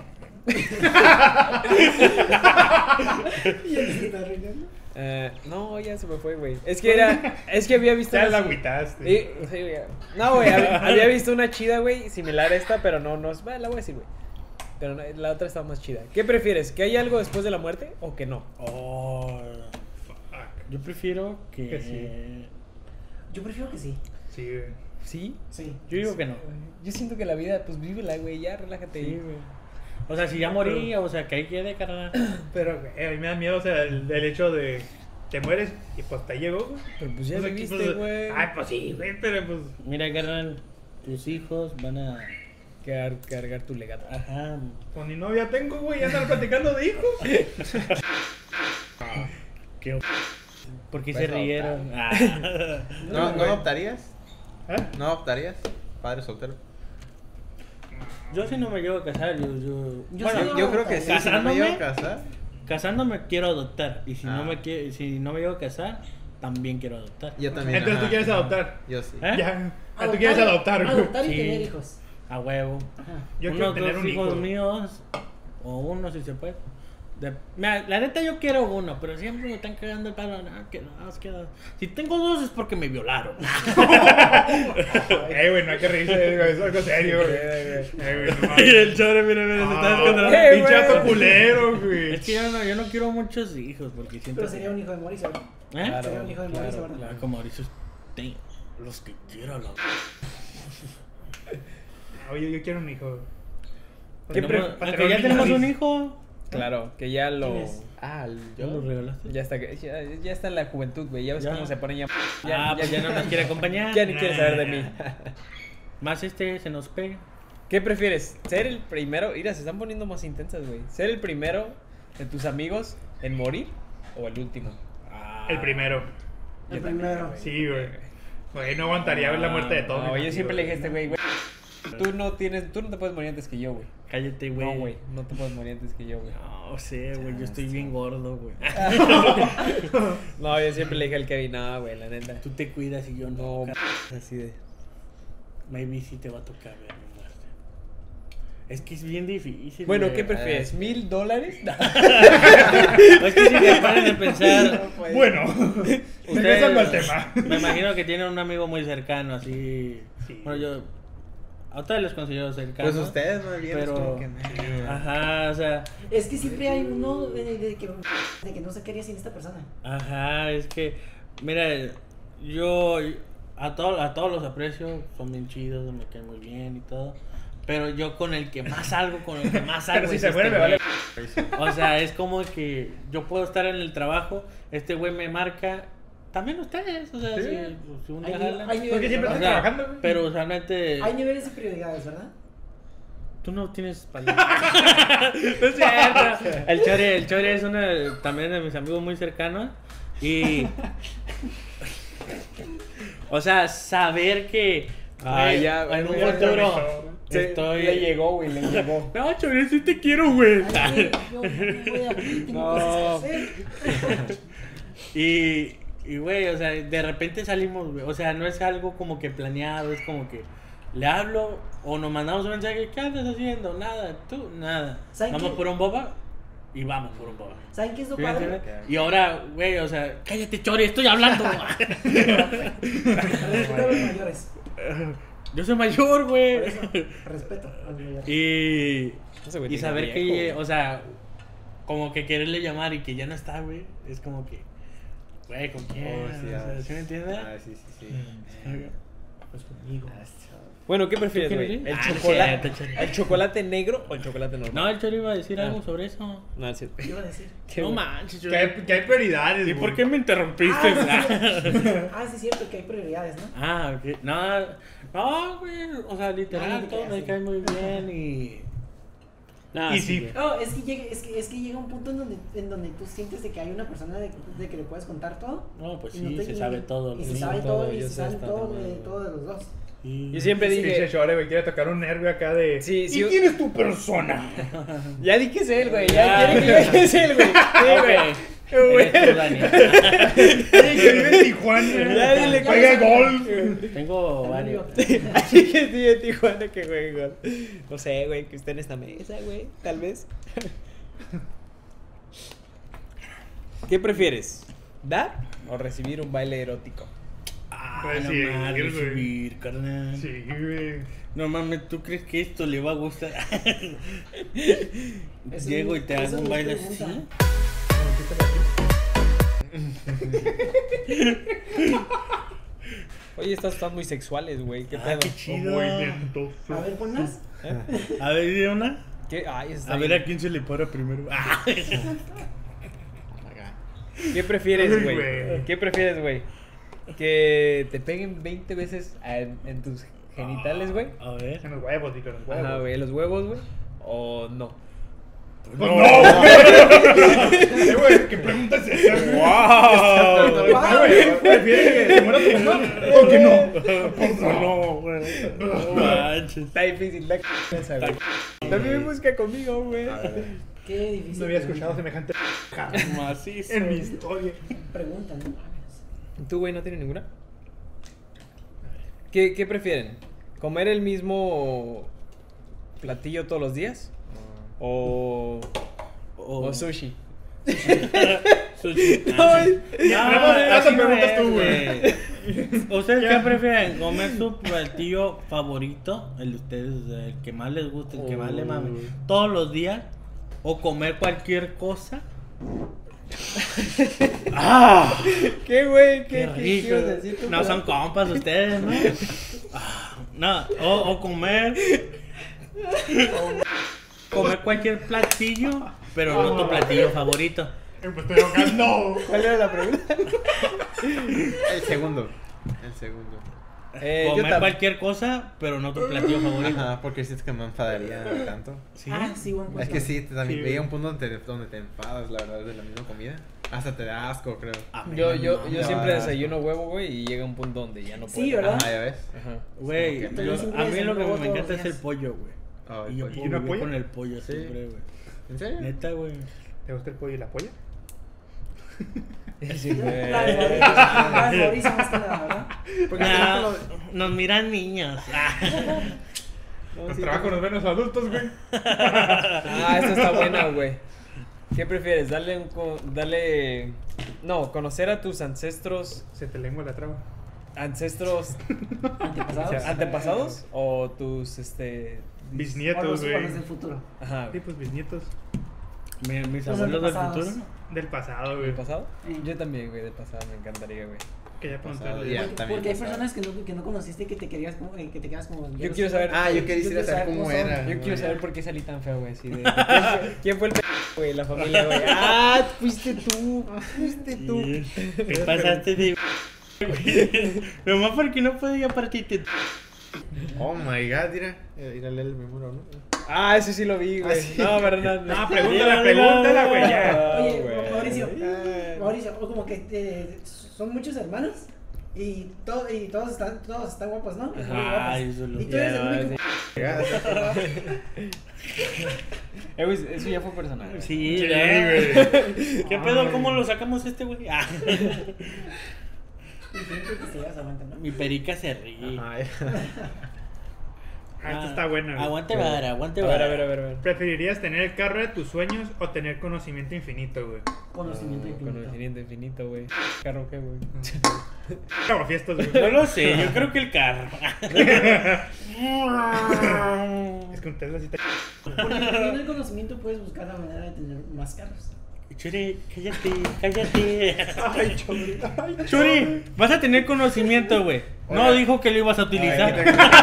E: Y él se está arruinando.
B: No, ya se me fue, güey. Es que había visto.
D: Ya
B: una-
D: la agüitaste.
B: Sí, güey. No, güey, había visto una chida, güey, similar a esta, pero no es. Bueno, la voy a decir, güey. Pero la otra está más chida. ¿Qué prefieres? ¿Que haya algo después de la muerte o que no?
C: Oh,
D: Fuck.
C: yo prefiero que.
D: Que sí.
E: Yo prefiero que sí.
D: Sí, güey.
B: ¿Sí?
E: Sí.
C: Yo digo que no.
B: Yo siento que la vida, pues vívela, güey, ya, relájate.
C: Sí, güey. O sea, si ya morí, o sea, que ahí quede, carnal.
D: Pero, güey, a mí me da miedo, o sea, el hecho de. Te mueres y pues te llegó, güey.
B: Pero pues ya
D: Pues, aquí,
B: viviste,
D: pues,
B: güey.
D: Ay, pues sí, güey, pero pues.
C: Mira, carnal, tus hijos van a.
B: Cargar tu legado.
C: Ajá.
D: Pues ni novia tengo, güey, ya andan platicando de hijos.
C: ¿Qué? ¿Por qué se
B: Pues,
C: rieron? Ah.
A: ¿No adoptarías?
D: ¿Eh?
A: ¿No adoptarías? Padre soltero.
C: Yo si no me llevo a casar, yo
E: Yo sí.
A: Yo creo que sí. Si no me llevo a casar.
C: casándome quiero adoptar y si
A: Ah.
C: si no me llevo a casar, también quiero adoptar.
A: Yo también.
D: Entonces tú
A: ajá.
D: quieres adoptar.
A: Yo sí.
C: ¿Eh?
D: Ya. Ah, tú quieres adoptar, güey.
E: Adoptar y
C: Sí.
E: tener hijos.
C: A huevo.
E: Ajá.
D: Yo quiero
C: Unos
D: tener
C: dos
D: un
C: hijos
D: hijo.
C: míos o uno si se puede. Mira, la neta yo quiero uno, pero siempre me están cagando el palo. No, que dos, que dos. Si tengo dos es porque me violaron.
D: Güey, no hay que reírse, güey, es algo serio, güey. Güey, no
C: Y
D: mames.
C: el chore, mira, se está
D: Ah,
C: descontrolando.
D: pinche vato culero, güey.
C: Es que yo no quiero muchos hijos porque siento
E: Pero sería un hijo de Mauricio, ¿verdad?
C: ¿Eh?
B: Claro,
E: Sería un hijo de Mauricio,
B: claro,
E: ¿verdad?
C: Ah, como Mauricio, los que quiero la.
D: Oye, yo quiero un hijo.
B: ¿Qué
C: Tenemos-
D: para
C: aunque
D: tener
C: ya
D: un
C: tenemos
D: hijo
C: un
D: feliz.
C: hijo.
B: Claro, que ya lo.
E: ¿Quién es?
C: ¿Ya lo regalaste?
B: Ya está, ya está en la juventud, güey. Ya ves
C: Ya.
B: cómo se ponen ya.
C: Pues ya no nos quiere acompañar.
B: Ya ni quiere saber de mí.
C: Más se nos pega.
B: ¿Qué prefieres? ¿Ser el primero? Mira, se están poniendo más intensas, güey. ¿Ser el primero de tus amigos en morir o el último?
D: El primero.
E: El primero.
D: Sí, güey. Güey, no aguantaría ver la muerte de todos.
B: No,
D: mis
B: yo siempre le
D: amigos,
B: dije a este güey, tú no te puedes morir antes que yo, güey.
C: Cállate, güey.
B: No, güey, no te puedes morir antes que yo, güey.
C: No sé, güey. Yo estoy bien gordo, güey.
B: No, yo siempre le dije al Kevin, no, güey, la neta.
C: Tú te cuidas y yo no.
B: No, así de.
C: Maybe sí te va a tocar ver mi muerte. Es que es bien difícil.
B: Bueno,
C: güey.
B: ¿qué prefieres? ¿$1,000?
C: Es que si te ponen a pensar.
D: Bueno, regresando al tema.
C: Me imagino que tienen un amigo muy cercano, así.
D: Sí.
C: Bueno, yo. A ustedes los considero cercanos.
A: Pues ustedes más bien.
C: Pero-
A: es como que.
C: Ajá, o sea.
E: Es que siempre hay uno de que no se quería sin esta persona.
C: Ajá, es que. Mira, yo. A todos los aprecio, son bien chidos, me caen muy bien y todo. Pero yo con el que más salgo,
D: Pero si
C: es
D: se muere, me
C: güey.
D: vale.
C: O sea, es como que yo puedo estar en el trabajo, este güey me marca también ustedes, o sea,
D: Sí.
C: si un
E: Hay
C: día
E: ni-
C: jalan.
E: hay ni-
D: Porque siempre
C: O
D: estás
C: sea,
D: trabajando, güey.
C: pero usualmente
E: Hay niveles de prioridades, ¿verdad?
C: tú no tienes palabras. No es cierto. El Chore es también de mis amigos muy cercanos y o sea, saber que güey,
B: ya,
C: en un
B: ya,
C: futuro
B: Le
C: estoy
B: llegó, güey, le llegó.
C: No, Chore, sí te quiero, güey.
E: Ay, yo voy aquí, tengo
B: No.
E: cosas que hacer.
C: Y güey, o sea, de repente salimos, güey. O sea, no es algo como que planeado, es como que le hablo o nos mandamos un mensaje, ¿qué andas haciendo? Nada, tú, nada.
E: ¿Saben
C: Vamos
E: qué?
C: por un boba y vamos por un boba.
E: ¿Saben qué es lo
C: ¿Sí me
E: padre?
C: entiendes? Y ahora, güey, o sea, cállate, Chore, estoy hablando.
E: Respeto a los mayores.
C: Yo soy mayor,
E: Por
C: güey.
E: eso, respeto a los mayores.
B: Ese güey
C: Y
B: tiene
C: saber que,
B: viejo, güey.
C: o sea, como que quererle llamar y que ya no está, güey, es como que, güey, ¿con quién?
A: Oh, sí,
C: O sea, ¿sí me entiendes?
A: Ah, sí, sí, sí.
C: Pues conmigo.
B: Bueno, ¿qué prefieres,
C: ¿Tú qué
B: güey?
C: eres?
B: ¿El
C: Ah, no
B: chocolate,
C: cierto, Chore.
B: ¿El chocolate negro o el chocolate normal?
C: No, el Chori iba a decir
B: Ah.
C: algo sobre eso.
B: No, es cierto.
E: ¿Qué iba a decir?
B: ¿Qué,
C: No
B: güey?
C: manches,
D: Que
C: Chori.
D: hay, que hay prioridades,
C: ¿Y
D: güey.
C: por qué me interrumpiste?
E: Ah, sí, es cierto que hay prioridades, ¿no?
C: Ah, ok. No, güey. O sea,
E: Ah,
C: literal,
E: no te
C: todo
E: creas,
C: me
E: sí.
C: cae muy bien y.
B: Nah,
D: Y
B: sí,
D: sí.
B: güey.
E: No, es que llega un punto en donde tú sientes de que hay una persona de que le puedes contar todo.
C: No, pues
E: y
C: sí,
E: no te-
C: se sabe todo.
E: Y
C: ¿no?
E: se sabe
B: todo,
E: todo, y
B: yo
E: se
B: sé
E: sabe
B: hasta
E: todo
B: también,
E: de
B: güey.
E: todos de los dos.
C: Y-
B: Yo siempre
D: Pinche
B: dije...
D: Chore, güey, quiere tocar un nervio acá de.
B: Sí, sí,
D: ¿Y quién es tu persona?
B: Ya di que es él, güey.
C: Ya.
B: Ya quiere que ya que es él, güey. Sí, güey.
C: Ok. Eres tú, Dani.
D: Oye, que vive en Tijuana.
B: Ya dile que
D: Juega
B: es-
D: golf.
C: Tengo varios.
B: Así que sí, de Tijuana que güey, güey. No sé, güey, que esté en esta mesa, güey, tal vez. ¿Qué prefieres? ¿Dar o recibir un baile erótico?
C: Ah,
D: Pues
C: no
D: sí,
C: mames,
D: güey.
C: recibir, carnal.
D: Sí, güey.
C: No mames, ¿tú crees que esto le va a gustar?
E: Eso
C: Llego
E: es-
C: y te
E: eso
C: hago
E: es
C: un
E: mi
C: baile
E: pregunta.
C: así.
B: Oye, están muy sexuales, güey. ¿Qué
C: Ah,
B: pedo?
C: qué chido.
D: Movimientoso.
E: A ver, ponlas.
C: A ver, ¿y una?
B: ¿Qué? Ay, eso está
C: A ver
B: bien.
C: a quién se le para primero. Ah.
B: ¿Qué prefieres,
D: Ay,
B: güey?
D: güey.
B: ¿Qué prefieres, güey? ¿Que te peguen 20 veces en tus genitales, güey?
C: A ver.
D: En los huevos, digo, en los huevos.
B: Ajá, güey, los huevos, güey. ¿O no?
D: Pues no, güey. Güey, ¿qué pregunta es esa, güey?
C: ¡Wow!
D: Ay, güey, ¿prefieres que se muera tu mamá o que no?
C: Pues no, güey. No manches.
B: Está difícil la esa, güey. También me busca conmigo, güey.
E: Qué difícil.
D: No había escuchado semejante
C: Macizo.
D: en mi historia.
E: Pregunta, ¿no?
B: ¿Tú, güey, no tienes ninguna? ¿Qué prefieren? ¿Comer el mismo platillo todos los días? ¿O sushi?
C: Sushi.
B: Ay,
D: Esa pregunta es tú,
C: güey. ¿Ustedes qué prefieren? ¿Comer su platillo favorito? El de ustedes, el que más les guste, el que más les mame. ¿Todos los días? ¿O comer cualquier cosa? ¡Ah!
B: ¿Qué, güey?
C: ¡Qué rico!
B: ibas a decir tú,
C: No
B: güey?
C: son compas ustedes, ¿no? Ah, no, o comer. Comer cualquier platillo, pero no tu platillo favorito.
D: Pues estoy ahogando.
B: ¿Cuál era la pregunta?
A: El segundo.
B: Yo
C: Comer
B: también.
C: cualquier cosa, pero no tu platillo favorito.
A: Ajá, porque sientes que me enfadaría tanto.
C: ¿Sí?
E: Ah, sí, buen punto.
A: Es que sí, también
D: Sí.
A: llega un punto donde te enfadas, la verdad, de la misma comida. Hasta te da asco, creo.
C: A mí
B: Yo
C: me mama.
B: siempre desayuno huevo, güey, y llega un punto donde ya no puedo.
E: Sí, ¿verdad?
A: Ah, ya ves.
B: Ajá.
C: Güey,
A: Como que
C: yo-
E: siempre
C: a mí lo que
E: desayuno
C: me
E: todos
C: encanta
E: los
C: es el
E: días.
C: pollo, güey.
A: Ay,
C: Y yo
A: pollo.
C: puedo
D: una
C: vivir
D: polla?
C: con el pollo
A: Sí.
C: siempre, güey.
A: ¿En serio?
C: Neta, güey.
D: ¿Te gusta el pollo y la polla?
B: Sí, güey.
E: La de Mauricio, la de Mauricio más que nada, ¿verdad?
A: Porque
C: Nah, nos miran niños.
D: Los trabajos nos ven los adultos, güey.
B: Ah, esta está buena, güey. ¿Qué prefieres? No, conocer a tus ancestros
D: Se te lengua la traba.
E: Antepasados.
B: antepasados o tus
E: O
D: Bisnietos,
E: los
D: güey.
E: iguales del futuro.
B: ajá,
D: Sí, pues bisnietos.
C: Mis
E: Los
C: abuelos del
E: antepasados.
C: futuro.
D: Del pasado, güey.
B: ¿del pasado?
E: Sí.
B: Yo también, güey, del pasado me encantaría, güey.
D: Que ya
A: Pasado,
D: preguntarle.
A: ya.
E: Porque,
A: también
E: porque hay
A: pasado.
E: personas que no conociste y que te querías como, que te quedas como.
B: Yo quiero saber.
A: Ah, yo quería
E: quiero
A: saber cómo
E: son.
A: era.
B: Yo quiero saber por qué salí tan feo, güey, así de ¿quién fue el Güey, la familia, güey. Ah, fuiste tú. Fuiste tú.
C: ¿Qué pasaste de nomás porque no podía partirte?
A: Oh my god, mira. Ir a leer el memoria, ¿no?
B: Ah, ese sí lo vi, güey.
A: Ah, sí.
B: No, verdad.
D: No, pregúntala, güey, ya.
E: Oye,
B: güey.
E: Mauricio, o como que son muchos hermanos y todos están guapos, ¿no? Muy
C: Ajá,
E: guapos.
C: eso lo
E: Y tú eres el único.
B: Güey, eso ya fue personal.
C: Sí,
D: Sí,
C: ya,
D: güey.
C: ¿Qué pedo? ¿Cómo lo sacamos güey? Ah.
E: Y siempre que se llevas aguanta, ¿no?
C: Mi perica se ríe.
A: Ajá.
D: Esta está buena, güey.
C: Aguante vara, aguante
B: A ver,
C: vara.
B: a ver, a ver, a ver.
D: ¿Preferirías tener el carro de tus sueños o tener conocimiento infinito, güey?
E: Conocimiento infinito.
B: Conocimiento infinito, güey. ¿Carro qué, güey?
D: Fiestas, güey.
C: No lo sé, yo creo que el carro.
D: Es que un Tesla sí te...
E: Porque teniendo el conocimiento puedes buscar la manera de tener más carros.
C: Churi, cállate. Ay, Churi, vas a tener conocimiento, güey. No
A: Oiga.
C: dijo que lo ibas a utilizar.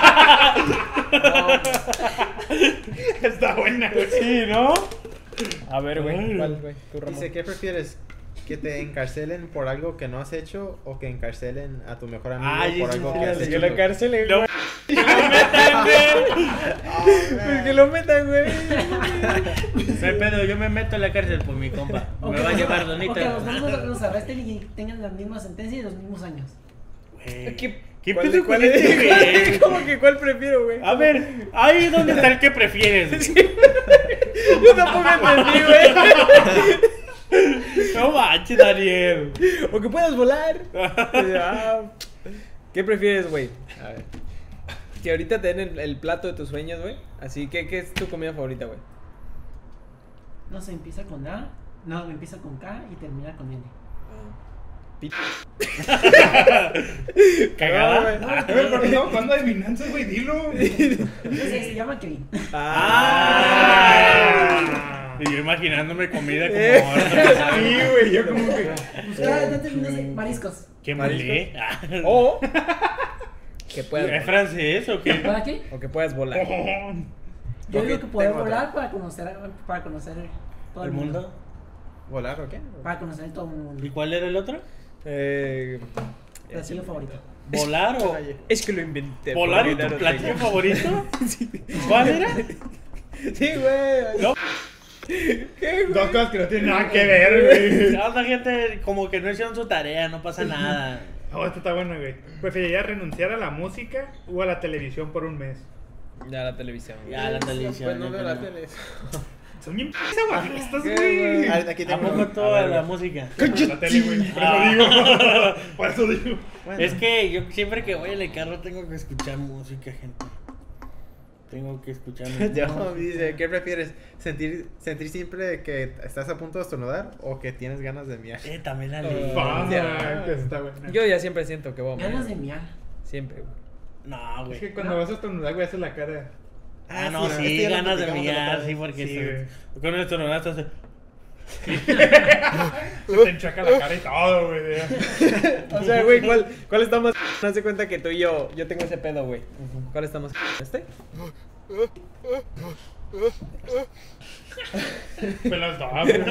D: Está buena, güey.
C: Sí, ¿no?
B: A ver, güey. ¿Cuál, güey? Tú, Ramón.
A: Dice, ¿qué prefieres? ¿Que te encarcelen por algo que no has hecho o que encarcelen a tu mejor amigo
C: Ay,
A: por
C: eso
A: algo
C: sí
A: que
C: la
A: has
C: vi.
A: hecho?
B: Que la
A: tú?
B: cárcel, güey.
C: No. ¡Que lo metan, güey!
B: Pues que lo metan, güey.
C: No hay pedo, yo me meto en la cárcel por mi compa. Me va a llevar
E: O que los
C: donita.
E: dos nos arresten y tengan la misma sentencia y los mismos años.
C: Güey.
B: ¿Qué
C: ¿Cuál
B: pedo con
C: es,
B: este,
C: güey?
B: güey? ¿Cómo que cuál prefiero, güey?
C: A ver, ahí es donde está el que prefieres. güey.
B: Yo tampoco entendí, güey.
C: No manches, Daniel.
B: O que puedas volar. Ah, ¿qué prefieres, güey?
A: A ver.
B: Que ahorita te den el plato de tus sueños, güey. Así que, ¿qué es tu comida favorita, güey?
E: No sé, empieza con A, no, empieza con K y termina con N.
C: ¿Cagada?
D: No, ¿cuándo adivinanzas, güey? Dilo.
E: Se llama Kevin.
C: Ah. Y yo imaginándome comida como
D: Sí, güey, yo como que...
E: No sé, mariscos.
C: ¿Qué malé?
B: O que puedas
C: ¿Es
B: volar.
C: francés o qué?
E: ¿Para qué?
B: O que puedas volar.
E: Yo
A: Ok,
E: digo que poder
A: tengo
E: volar para conocer todo
C: ¿El mundo?
A: ¿Volar o qué?
E: Para conocer todo el mundo.
C: ¿Y cuál era el otro?
E: Platillo favorito.
C: ¿Volar o...?
B: Es que lo inventé.
C: ¿Volar y
B: porque ya
C: tu
B: no
C: platillo
B: tengo.
C: favorito? ¿Cuál era?
B: Sí, güey.
C: No.
B: ¿Qué, güey?
D: Dos cosas que no tienen nada que ver, güey.
C: Otra gente como que no hicieron su tarea, no pasa nada.
D: Oh, esto está bueno, güey. ¿Preferirías renunciar a la música o a la televisión por un mes?
B: Ya la televisión. güey.
C: Ya la televisión.
A: Pues no veo la
C: ya
A: tele.
D: Son bien aguafiestas,
B: ¿Qué,
D: güey.
B: güey?
A: A ver, aquí
C: ¿A
A: tengo
C: poco
A: uno.
C: toda
A: A ver,
C: la
A: güey.
C: música?
D: La tele, güey. Por eso
C: Ah.
D: digo. Por eso digo.
A: Bueno.
C: Es que yo siempre que voy en el carro tengo que escuchar música, gente. Tengo que escuchar música.
A: Yo, dice, ¿qué prefieres? ¿Sentir siempre que estás a punto de estornudar o que tienes ganas de miar?
C: También la leí.
D: Vamos,
A: Ya.
D: que está buena.
B: Yo ya siempre siento que voy a morir.
E: Ganas de miar.
B: Siempre, güey.
C: No,
D: Es
C: güey.
D: que cuando vas a estornudar, güey, haces la cara.
C: Ah, no,
A: sí,
C: sí,
A: este ya lo
C: ganas de
A: platicamos la
C: mirar,
A: otra
C: sí,
A: vez.
C: porque
D: Sí,
C: con esto no hace.
D: Te enchaca la cara y todo, güey.
B: O sea, güey, ¿cuál está más? Haz de cuenta que tú y yo tengo ese pedo, güey. ¿Cuál está más? ¿Este?
D: Me las da, güey.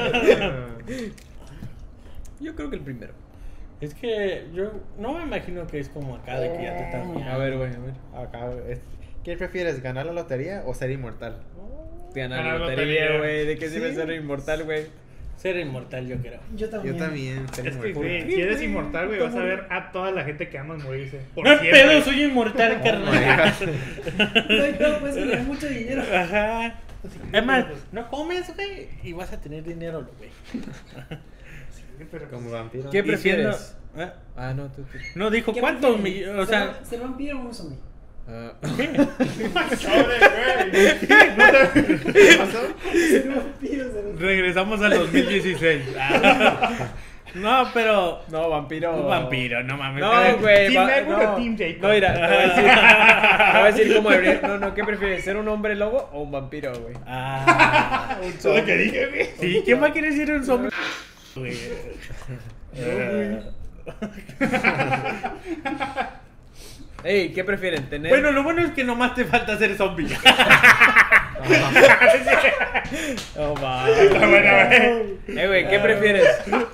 B: Yo creo que el primero.
C: Es que yo no me imagino que es como acá de que ya te estás mirando.
B: A ver, güey, a ver.
A: Acá, ¿qué prefieres? ¿Ganar la lotería o ser inmortal?
B: Ganar
D: Ganar
B: la
D: lotería.
B: lotería, güey. ¿De qué
A: Sí.
B: sirve ser inmortal, güey?
C: Ser inmortal, yo creo.
E: Yo también.
A: Yo también, ser
D: Es que,
A: inmortal.
D: güey, si eres inmortal, güey, vas a ver a toda la gente que amas morirse. Por
C: No hay
D: siempre.
C: pedo, soy inmortal, carnal.
E: No hay pedo, puedes ganar mucho dinero.
C: Ajá. Es más, no comes, güey, y vas a tener dinero, güey.
D: Pero,
A: Como vampiro.
B: ¿Qué
C: Y
B: prefieres?
C: siendo- ¿Eh?
B: Ah, no, tú.
C: No dijo
E: ¿Qué
C: cuántos
E: prefieres?
C: millones, o sea,
E: ¿Ser vampiro o un zombie?
B: Ah,
D: sobre, güey.
A: ¿Qué pasó?
E: Ser vampiro, ser un
C: regresamos al 2016. No, pero
B: no, vampiro.
C: un vampiro, no mames.
B: No, güey.
D: ¿Team
B: va-
D: Edward
B: no.
D: o Team Jacob?
B: No, mira, te voy a decir cómo debería. No, ¿qué prefieres? ¿Ser un hombre lobo o un vampiro, güey?
C: Ah,
D: Eso es lo que dije, güey.
C: sí, ¿quién va a querer ser un zombie? Güey.
B: Ey, ¿qué prefieren? ¿Tener?
C: Bueno, lo bueno es que nomás te falta ser zombie.
B: Oh, va.
D: Está buena, güey.
B: Güey, ¿qué prefieres?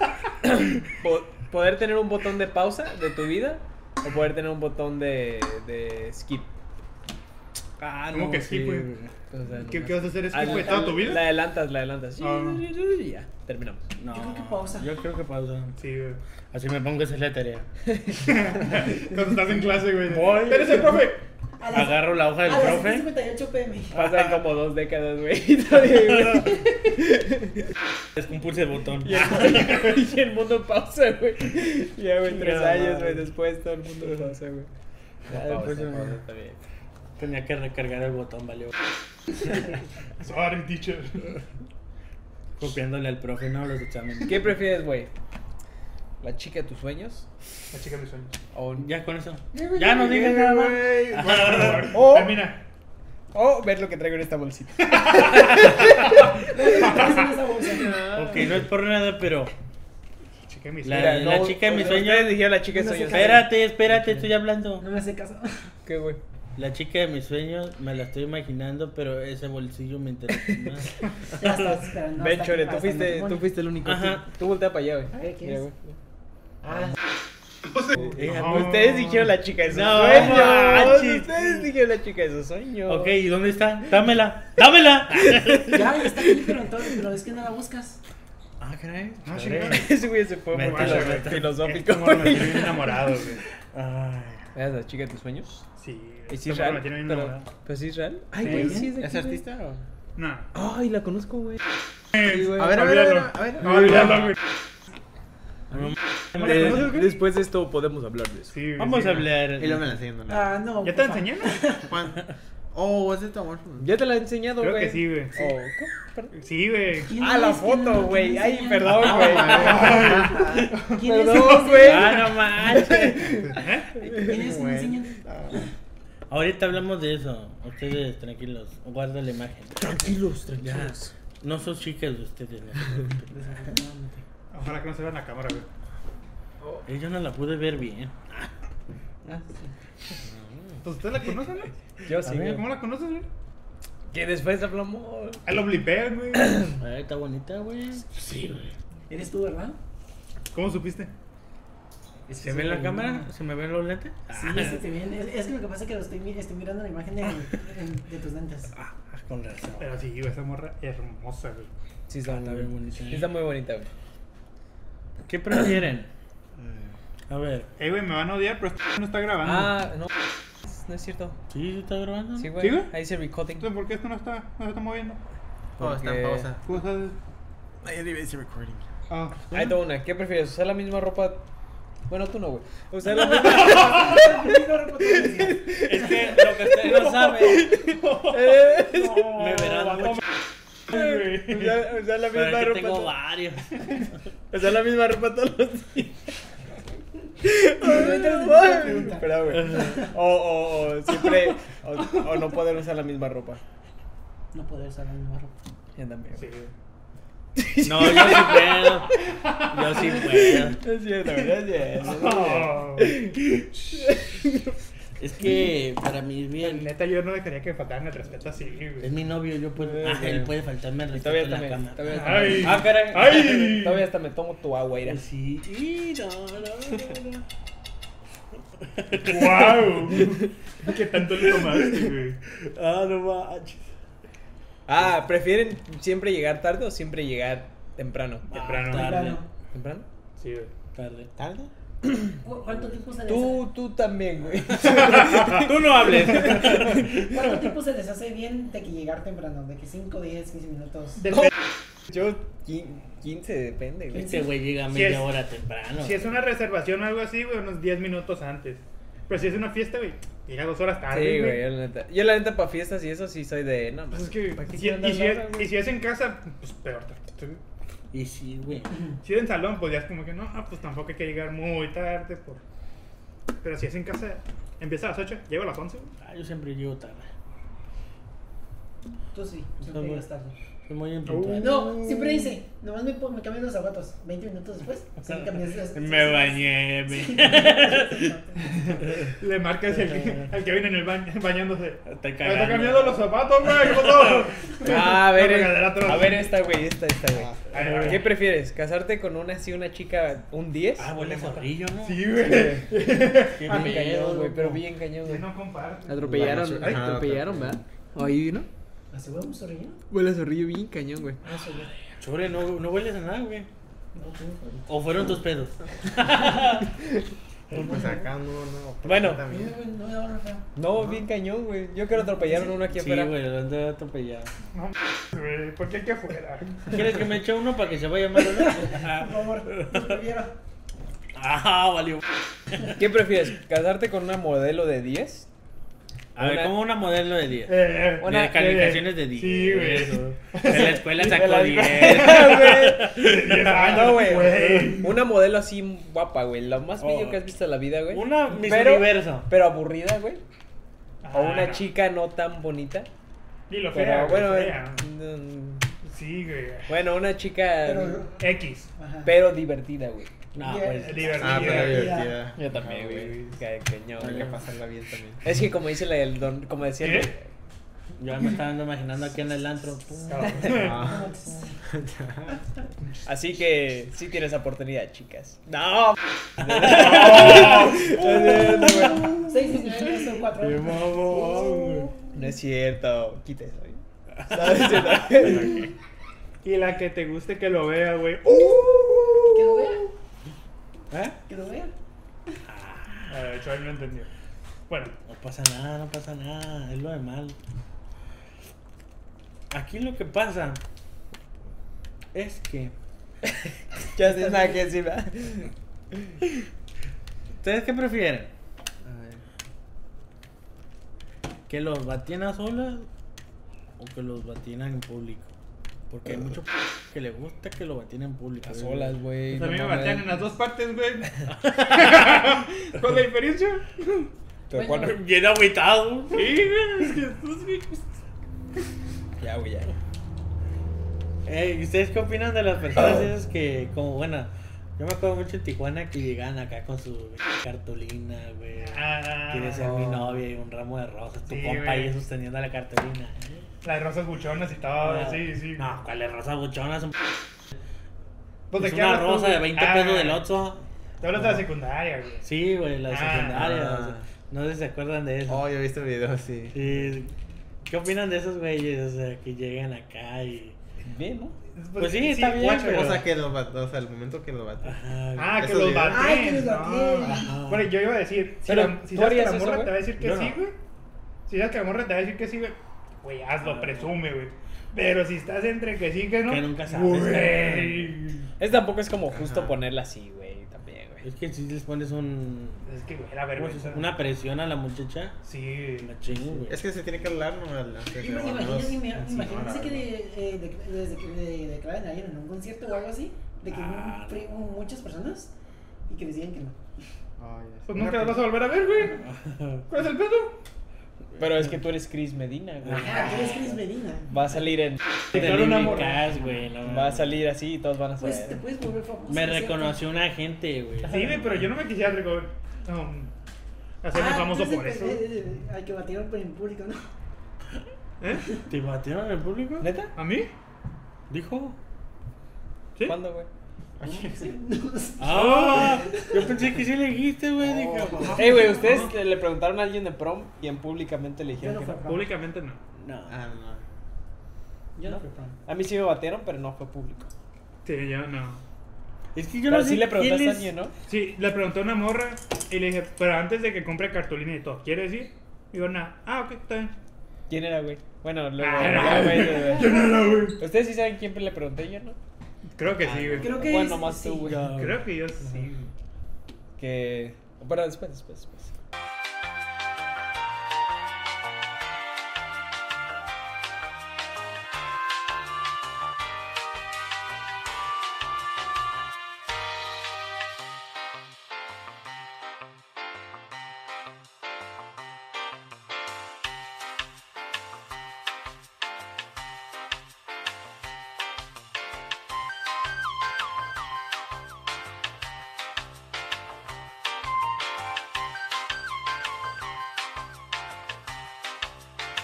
B: ¿Poder tener un botón de pausa de tu vida o poder tener un botón de skip?
C: Ah,
D: ¿Cómo que skip, güey?
B: O sea,
D: ¿Qué
B: nomás-
D: vas a hacer? ¿Skip, güey, toda tu vida?
B: La adelantas. Sí,
D: Ah.
B: y ya, terminamos.
C: No,
E: Yo creo que pausa.
C: Yo creo que pausa.
D: Sí, güey.
C: Así me pongo a hacer la tarea.
D: Cuando estás en clase, güey.
C: Voy.
D: ¿Eres el profe?
E: A las-
C: Agarro la hoja del
E: a las
C: profe.
E: 58 pm.
B: Pasan como 2 décadas, güey. y todavía, güey.
C: Descompulse el botón.
B: Y el mundo pausa, güey. Ya, güey, 3
C: Chingada
B: años,
C: madre.
B: güey, después todo el mundo pausa, güey. Ya, después
C: pausa,
B: está bien.
C: Tenía que recargar el botón, valió.
D: Sorry, teacher.
C: Copiándole al profe, no, los exámenes.
B: ¿Qué prefieres, güey? ¿La chica de tus sueños?
D: La chica de mis sueños.
B: ¿O,
C: Ya con eso. Ya no digas nada más.
D: Bueno,
B: Oh.
D: termina.
B: o ver lo que traigo en esta bolsita?
C: Ok, no es por nada, pero.
D: Chica de mis
C: La-
D: sueños.
B: Mira,
C: chica de mis
B: ustedes
C: sueños-
B: dijeron la chica de
E: No sé
B: sueños.
E: qué
C: Espérate, estoy hablando.
E: No me hace caso.
B: ¿Qué, güey?
C: La chica de mis sueños me la estoy imaginando, pero ese bolsillo me interesa más.
E: Ya estás esperando.
B: Ven,
E: hasta
B: Chore,
E: que-
B: tú
E: hasta
B: fuiste,
E: que-
B: tú fuiste el único.
C: Ajá.
B: Tú voltea para allá, güey.
E: A ver, ¿quién
B: Mira,
E: es?
B: güey.
E: Ah,
D: No.
B: Ustedes dijeron la chica de sus
C: No
B: sueños.
C: manches.
B: Ustedes dijeron la chica de sus sueños.
C: Ok, ¿y dónde está? ¡Dámela! ¡Dámela!
E: ya está aquí, pero es que no la buscas.
C: Ah, caray.
D: Ah,
C: Chore.
D: chingada.
B: Ese güey se fue
C: Me
B: muy
C: guacha,
D: güey.
B: filosófico,
D: Este morro me
B: güey.
D: tiene bien enamorado, güey.
C: Ay.
B: ¿Es la chica de tus sueños?
D: Sí.
B: ¿Y si
D: este
B: es
D: morro
B: real?
D: me tiene bien
B: Pero,
D: enamorado.
B: ¿Pero sí es real? Ay,
D: Sí.
B: güey, sí es de
A: ¿Es
B: aquí, güey.
A: artista o...?
D: No.
B: Ay, la conozco, güey.
D: Sí,
B: güey.
A: A ver,
D: Olvídalo.
A: a ver.
D: Olvídalo, güey.
B: Después de esto podemos hablar de eso.
D: Sí, güey,
C: Vamos
D: sí,
C: a
D: güey.
C: hablar.
A: Y luego me la enseñan.
E: Ah, no.
D: ¿Ya te
E: porfa.
D: enseñé, no?
A: Juan. Oh, was it the one from...
B: Ya te la he enseñado, güey.
D: Creo que sí, güey.
B: Oh, ¿cómo? Perdón.
D: Sí, güey.
E: ¿Quién
B: Ah, la
E: es? ¿Quién
B: foto,
E: es?
B: güey.
E: ¿Quién
B: Ay,
E: enseña?
B: perdón, güey.
E: ¿Quién es?
B: Perdón, güey.
C: Ah, no manches.
E: ¿Quién es? ¿Quién enseña?
C: Ahorita hablamos de eso. Ustedes tranquilos. Guarda la imagen.
B: Tranquilos,
C: Ya. No son chicas de ustedes.
D: Ojalá que no se vea en la cámara, güey.
C: Yo no la pude ver bien.
E: Ah, sí.
D: Pues usted la conoce, ¿no?
B: Yo sí, güey.
D: ¿Cómo la conoces, güey?
B: Que después hablamos.
D: Ah, lo blipean, güey.
C: Ay, está bonita, güey. Sí, güey.
E: ¿Eres tú, verdad?
D: ¿Cómo supiste?
C: ¿Se ve en la cámara? ¿Se me ven los lentes?
E: Sí, se te viene. Es que lo que pasa es que estoy mirando la imagen de tus lentes.
C: Ah, con razón.
D: Pero sí, güey, esa morra hermosa, güey.
B: Sí, está
C: Está
B: muy
C: bien
B: bonita.
C: bonita.
B: Sí, está muy bonita, güey.
C: ¿Qué prefieren? A ver.
D: Güey, me van a odiar, pero esto no está grabando.
B: Ah, no. No es cierto.
C: ¿Sí se está grabando?
B: Sí, güey.
D: ¿Sí, güey?
B: Ahí dice recording.
D: Entonces, ¿por qué esto no se está moviendo?
A: Oh, está en
B: Porque-
A: pausa.
D: ¿Cómo sabes?
A: Ahí dice recording.
D: Ah,
B: Ahí tengo una. ¿Qué prefieres? ¿Usar la misma ropa? Bueno, tú no, güey. Usar la misma.
C: Es que lo que usted no sabe. Me verán mucho.
B: Usar la
C: Pero
B: misma
C: es que
B: ropa.
C: tengo varios.
B: Usar la misma ropa todos los días. Espera, güey. O siempre. O no poder usar la misma ropa.
E: No poder usar la misma ropa.
B: Ya también.
D: sí,
B: güey.
D: güey.
C: No, yo sí puedo. Yo sí puedo.
B: Es cierto, güey, es cierto.
D: Oh.
C: Es que para mí es bien.
D: Neta, yo no dejaría que faltaran el respeto así,
C: Es
D: güey.
C: mi novio, yo puedo. Ah, él puede faltarme al
B: Y
C: respeto
B: todavía
C: en la
B: hasta me.
C: cama.
B: Todavía hasta
D: Ay.
C: Ah, caray.
D: ¡Ay!
B: Todavía hasta me tomo tu agua, ira.
C: Sí. Y no.
D: ¡Wow! ¿Qué tanto le tomaste, güey?
C: Ah, no manches.
B: Ah, ¿prefieren siempre llegar tarde o siempre llegar temprano?
D: Temprano.
C: Tarde.
B: ¿Temprano?
D: Sí, güey.
C: Tarde.
A: ¿Tarde?
E: ¿Cuánto tiempo se les
B: Tú también, güey.
C: Tú no hables.
E: ¿Cuánto tiempo se les hace bien de que llegar temprano? De que 5, 10, 15 minutos.
D: Dep-
B: Yo 15 depende, güey.
C: Este güey llega
D: Si
C: media
D: es-
C: hora temprano.
D: Si es una reservación o algo así, güey, unos 10 minutos antes. Pero si es una fiesta, güey, llega 2 horas tarde.
B: Sí,
D: güey.
B: güey, yo la neta para fiestas y eso sí soy de, no,
D: Pues
B: pues
D: es que,
B: ¿para qué
D: si,
B: quiero andar
D: y, si es,
B: larga, güey?
D: y si es en casa, pues peor.
C: Y sí, güey.
D: Si es en salón, pues ya es como que no, pues tampoco hay que llegar muy tarde. Pero si es en casa, empieza a las 8, llego a las 11. Güey.
C: Ah, yo siempre llego tarde.
E: Tú sí,
C: Está
E: siempre
C: bueno.
E: llegas tarde.
C: Es muy impuntual.
E: No, siempre dice, nomás me cambian los zapatos. 20 minutos después, sí, me cambian los
C: Me bañé,
D: Le marcas al que viene en el baño bañándose.
C: Está
D: Me
C: cagando.
D: está cambiando los zapatos, güey. ¿Qué pasó?
B: Ah,
D: La
B: a ver esta, güey, esta, güey.
D: A ver.
B: ¿Qué prefieres? ¿Casarte con una así, una chica, un 10?
C: Ah, huele a zorrillo, ¿no?
D: Sí, güey.
C: Qué
B: Bien
C: miedo,
B: cañón, güey, pero
C: loco.
B: bien cañón, güey.
D: No comparte.
B: Atropellaron,
A: Ajá,
B: atropellaron, ¿verdad? Ahí, ¿no?
E: ¿Hace huevo un zorrillo?
B: Huele a zorrillo bien cañón, güey.
E: Ah, soy yo.
C: Chore, no hueles a nada, güey.
E: No, tengo favorito.
C: ¿O fueron tus pedos?
A: Pues acá no.
B: Bueno.
A: También.
E: No me da feo.
B: No, bien cañón, güey. Yo creo que atropellaron uno aquí
C: Sí,
B: afuera.
C: güey, lo ando atropellado.
D: No, güey. ¿Por qué aquí afuera?
C: ¿Quieres que me eche uno para que se vaya más lejos?
E: Por favor, te prefiero.
C: Ah, valió.
B: ¿Qué prefieres? ¿Casarte con una modelo de 10?
C: A ver, ¿cómo una modelo de 10?
B: Una-
C: De calificaciones de 10.
D: Sí, güey.
C: Eso. En la escuela
B: De
C: sacó
B: la
C: 10.
B: No, güey. Una modelo así guapa, güey. Lo más bello
C: Oh.
B: que has visto en la vida, güey.
C: Una Miss
B: Pero-
C: Universo.
B: Pero aburrida, güey. O
D: Ah,
B: una
D: no.
B: chica no tan bonita.
D: Dilo fea,
B: Pero bueno,
D: fea. Sí, güey.
B: bueno, una chica
E: Pero,
D: X.
E: ajá.
B: pero divertida, güey.
C: No,
E: Yeah.
C: pues.
D: Divertida.
A: Ah, pero
E: Divertida.
A: divertida.
B: Yo también,
A: Ah,
B: güey. Cañón,
A: Hay
B: güey.
A: que pasarla bien también.
B: Es que como dice el don, como decía el
D: ¿Qué?
C: Yo me estaba imaginando aquí en el antro. Pum.
A: Ah.
B: así que sí tienes oportunidad, chicas. No.
E: 6, 4.
B: No es cierto. Quita eso, güey. ¿Sabes?
D: Y la que te guste que lo vea, güey.
E: Que lo vea.
C: ¿Eh?
E: Que lo vea.
D: Choy no entendió. Bueno,
C: No pasa nada, no pasa nada. Es lo de mal. Aquí lo que pasa es que.
B: Ya tienes nada que decir, ¿verdad?
C: ¿Ustedes qué prefieren? ¿Que los batían a solas o que los batían en público? Porque hay mucho que le gusta que lo batían en público.
B: A solas, güey.
D: pues a mí
B: no
D: me
B: mames.
D: batean en las dos partes, güey. ¿Cuál es la diferencia?
B: Pero
E: Bueno.
B: ¿cuál?
C: Bien agüitado.
D: Sí, güey. Es que
B: Ya, güey, ya.
C: ¿Y ustedes qué opinan de las personas esas que, como, bueno, yo me acuerdo mucho en Tijuana que llegaban acá con su cartulina, güey. Quiere ser mi novia y un ramo de rosas. Tu
D: Sí,
C: compa ahí
D: güey.
C: sosteniendo la cartulina.
D: Las rosas buchonas y todo,
C: Ah,
D: sí, sí.
C: No, ¿cuáles rosas buchonas?
D: Pues, ¿de
C: Es
D: qué
C: una
D: hablas tú,
C: rosa
D: güey?
C: de 20 pesos del Oxxo.
D: Te hablas de la secundaria, güey.
C: Sí, güey, la secundaria.
A: Ah.
C: o sea, no sé si se acuerdan de eso.
A: Oh, yo he visto videos, sí.
C: Sí. ¿Qué opinan de esos güeyes? O sea, que llegan acá y.
B: Bien, ¿no?
C: Pues sí, está bien,
D: guacha,
C: pero-
A: O sea, que los o sea, el momento que lo bate.
C: Ajá.
D: Ah, que
A: Esos
D: los
A: videos.
E: Ay, que
D: baten.
E: los baten.
C: Ajá.
D: Bueno, yo iba a decir, si,
B: Pero,
D: si
B: ¿tú
D: sabes que
B: harías
D: la
B: eso,
D: morra
B: güey?
D: te va a decir que
C: Yo
D: sí,
C: no.
D: güey. Si sabes que la morra te va a decir que sí, güey, hazlo, presume, güey. Pero si estás entre que sí, que no.
C: Que nunca sabes,
D: Güey.
B: Es tampoco es como justo
A: Ajá.
B: ponerla así, güey. También, güey.
C: Es que si les pones un.
D: Es que, güey, la vergüenza.
C: Una presión a la muchacha.
D: Sí.
C: La chingo, güey.
A: Es que se tiene que hablar, ¿no?
E: Imagínense que declaren a alguien en un concierto o algo así, de que
C: Ah,
E: muchas personas y que les digan que no.
D: Pues nunca las vas a volver a ver, güey. ¿Cuál es el pedo?
B: Pero es que tú eres Chris Medina, güey.
E: Ajá, tú eres Chris Medina.
B: Va a salir en.
D: Declarar una
C: Lily
D: morra.
C: Cash, güey. no
B: Va a
C: mames.
B: salir así y todos van a
E: Pues te
B: saber.
E: puedes volver famoso.
C: Me
E: ¿no es cierto?
C: reconoció una gente, güey.
D: Sí, güey, pero yo no me quisiera hacerme famoso
E: entonces,
D: por eso.
E: Hay que batir en público, ¿no?
D: ¿Eh?
C: ¿Te batieron en el público?
B: ¿Neta?
D: ¿A mí?
C: Dijo.
D: ¿Sí?
B: ¿Cuándo, güey?
C: ¡Ah! Yo pensé que sí le dijiste, güey. Dije,
B: Ey, güey, ustedes le preguntaron a alguien de prom y públicamente le
E: Yo
B: dijeron
E: no
B: que
E: fui
B: no.
E: prom.
D: Públicamente no.
C: no.
A: Ah, no.
E: Yo no fui prom.
B: A mí sí me batieron, pero no fue público.
D: Sí, yo no.
C: Es que yo
B: Pero
C: no sé
B: sí le preguntaste
C: quién
B: a
C: es-
B: alguien, ¿no?
D: Sí, le pregunté a una morra y le dije, pero antes de que compre cartulina y todo, ¿quieres ir? Y yo, nada. Ah, ok, está bien.
B: ¿Quién era, güey? Bueno, luego.
D: Ah,
B: ya, güey, güey.
D: Yo no era, güey.
B: ¿Ustedes sí saben quién le pregunté yo, no?
D: Creo que sí, güey.
E: Creo que
B: Bueno,
E: es-
B: más
E: sí.
B: tú, güey.
D: Creo que yo sí.
B: Que. Pero después.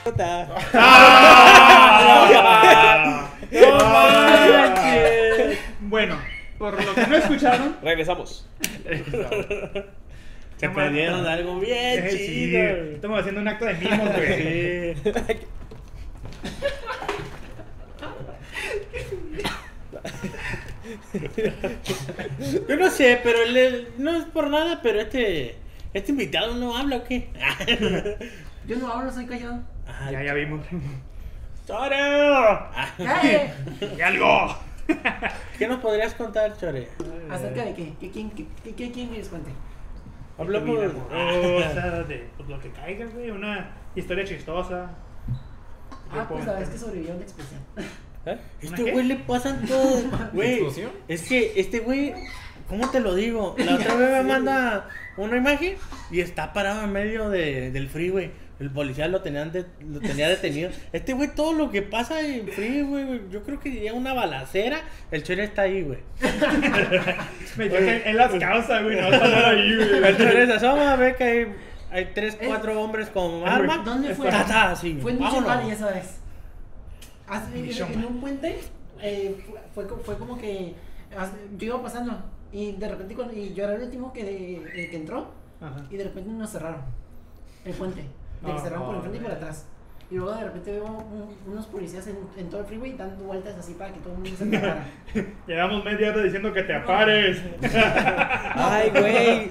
D: Bueno, por lo que no escucharon,
B: Regresamos.
C: Se perdieron algo bien
D: sí,
C: chido.
D: estamos haciendo un acto de mimos, güey.
C: Sí. Yo no sé, pero no es por nada, pero este invitado no habla o qué.
E: Yo no hablo, soy callado.
D: Ya vimos.
C: ¡Chore!
E: ¡Eh!
D: ¡Y algo!
C: ¿Qué nos podrías contar, Chore?
E: ¿Acerca de qué? ¿Quién quieres cuente?
C: Hablamos.
D: O sea, de pues, lo que caiga, güey. Una historia chistosa.
E: Pues la vez que sobrevivió a una explosión.
C: Este güey le pasan todo. Güey,
A: ¿Explosión?
C: es que este güey, ¿cómo te lo digo? La otra vez me manda una imagen y está parado en medio del freeway. El policía lo tenía detenido. Este güey, todo lo que pasa en freeway, güey, yo creo que diría una balacera. El Chore está ahí, güey.
D: Me dije que él las causa, güey. No vas a ahí, güey.
C: El Chore se asoma, ve que hay 3, 4 hombres con arma.
E: ¿Dónde fue?
C: Así,
E: Fue en
C: vámonos.
E: Michoacán, ya sabes. En
D: Michoacán.
E: un puente, fue como que yo iba pasando y de repente y yo era el último que entró
D: Ajá.
E: y de repente nos cerraron el puente. De que cerraron por enfrente y por atrás. Y luego de repente veo unos policías en todo el freeway dando vueltas así para que todo el mundo se parara.
D: Llevamos media hora diciendo que te apares.
B: Ay, güey.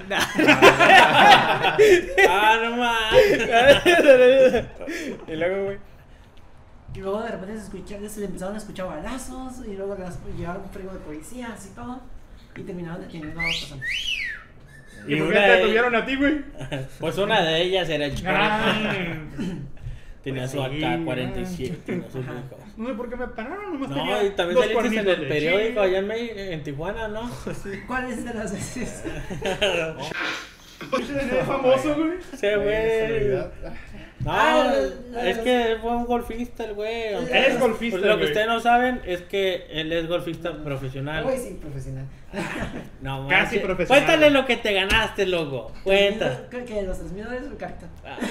C: No mames.
B: Y luego, güey.
E: Y luego de repente se empezaron a escuchar balazos y luego llegaron un frigo de policías y todo. Y terminaron deteniendo a dos personas.
D: ¿Y por
C: una
D: qué te
C: de-
D: detuvieron a ti, güey?
C: Pues una de ellas era el Chore. Tenía
D: Pues
C: su
D: sí,
C: AK-47, no sé
E: Ajá.
C: cómo.
D: No sé por qué me pararon, nomás
C: No,
D: tenía
C: y también
D: dos
C: saliste en
D: cuernitos
C: el
D: de
C: periódico
D: chile.
C: allá en Tijuana, ¿no?
E: ¿Cuáles de las veces?
D: Es famoso, güey.
C: Sí, güey.
A: Celebridad.
C: No, es que fue un golfista el güey. Aunque-
D: Es golfista,
C: Pues lo que
D: güey.
C: ustedes no saben es que él es golfista profesional.
E: Güey, sí, profesional.
C: No,
D: Casi
C: manches.
D: profesional.
C: Cuéntale lo que te ganaste, loco. Cuenta.
E: Creo que los $3,000 su carta.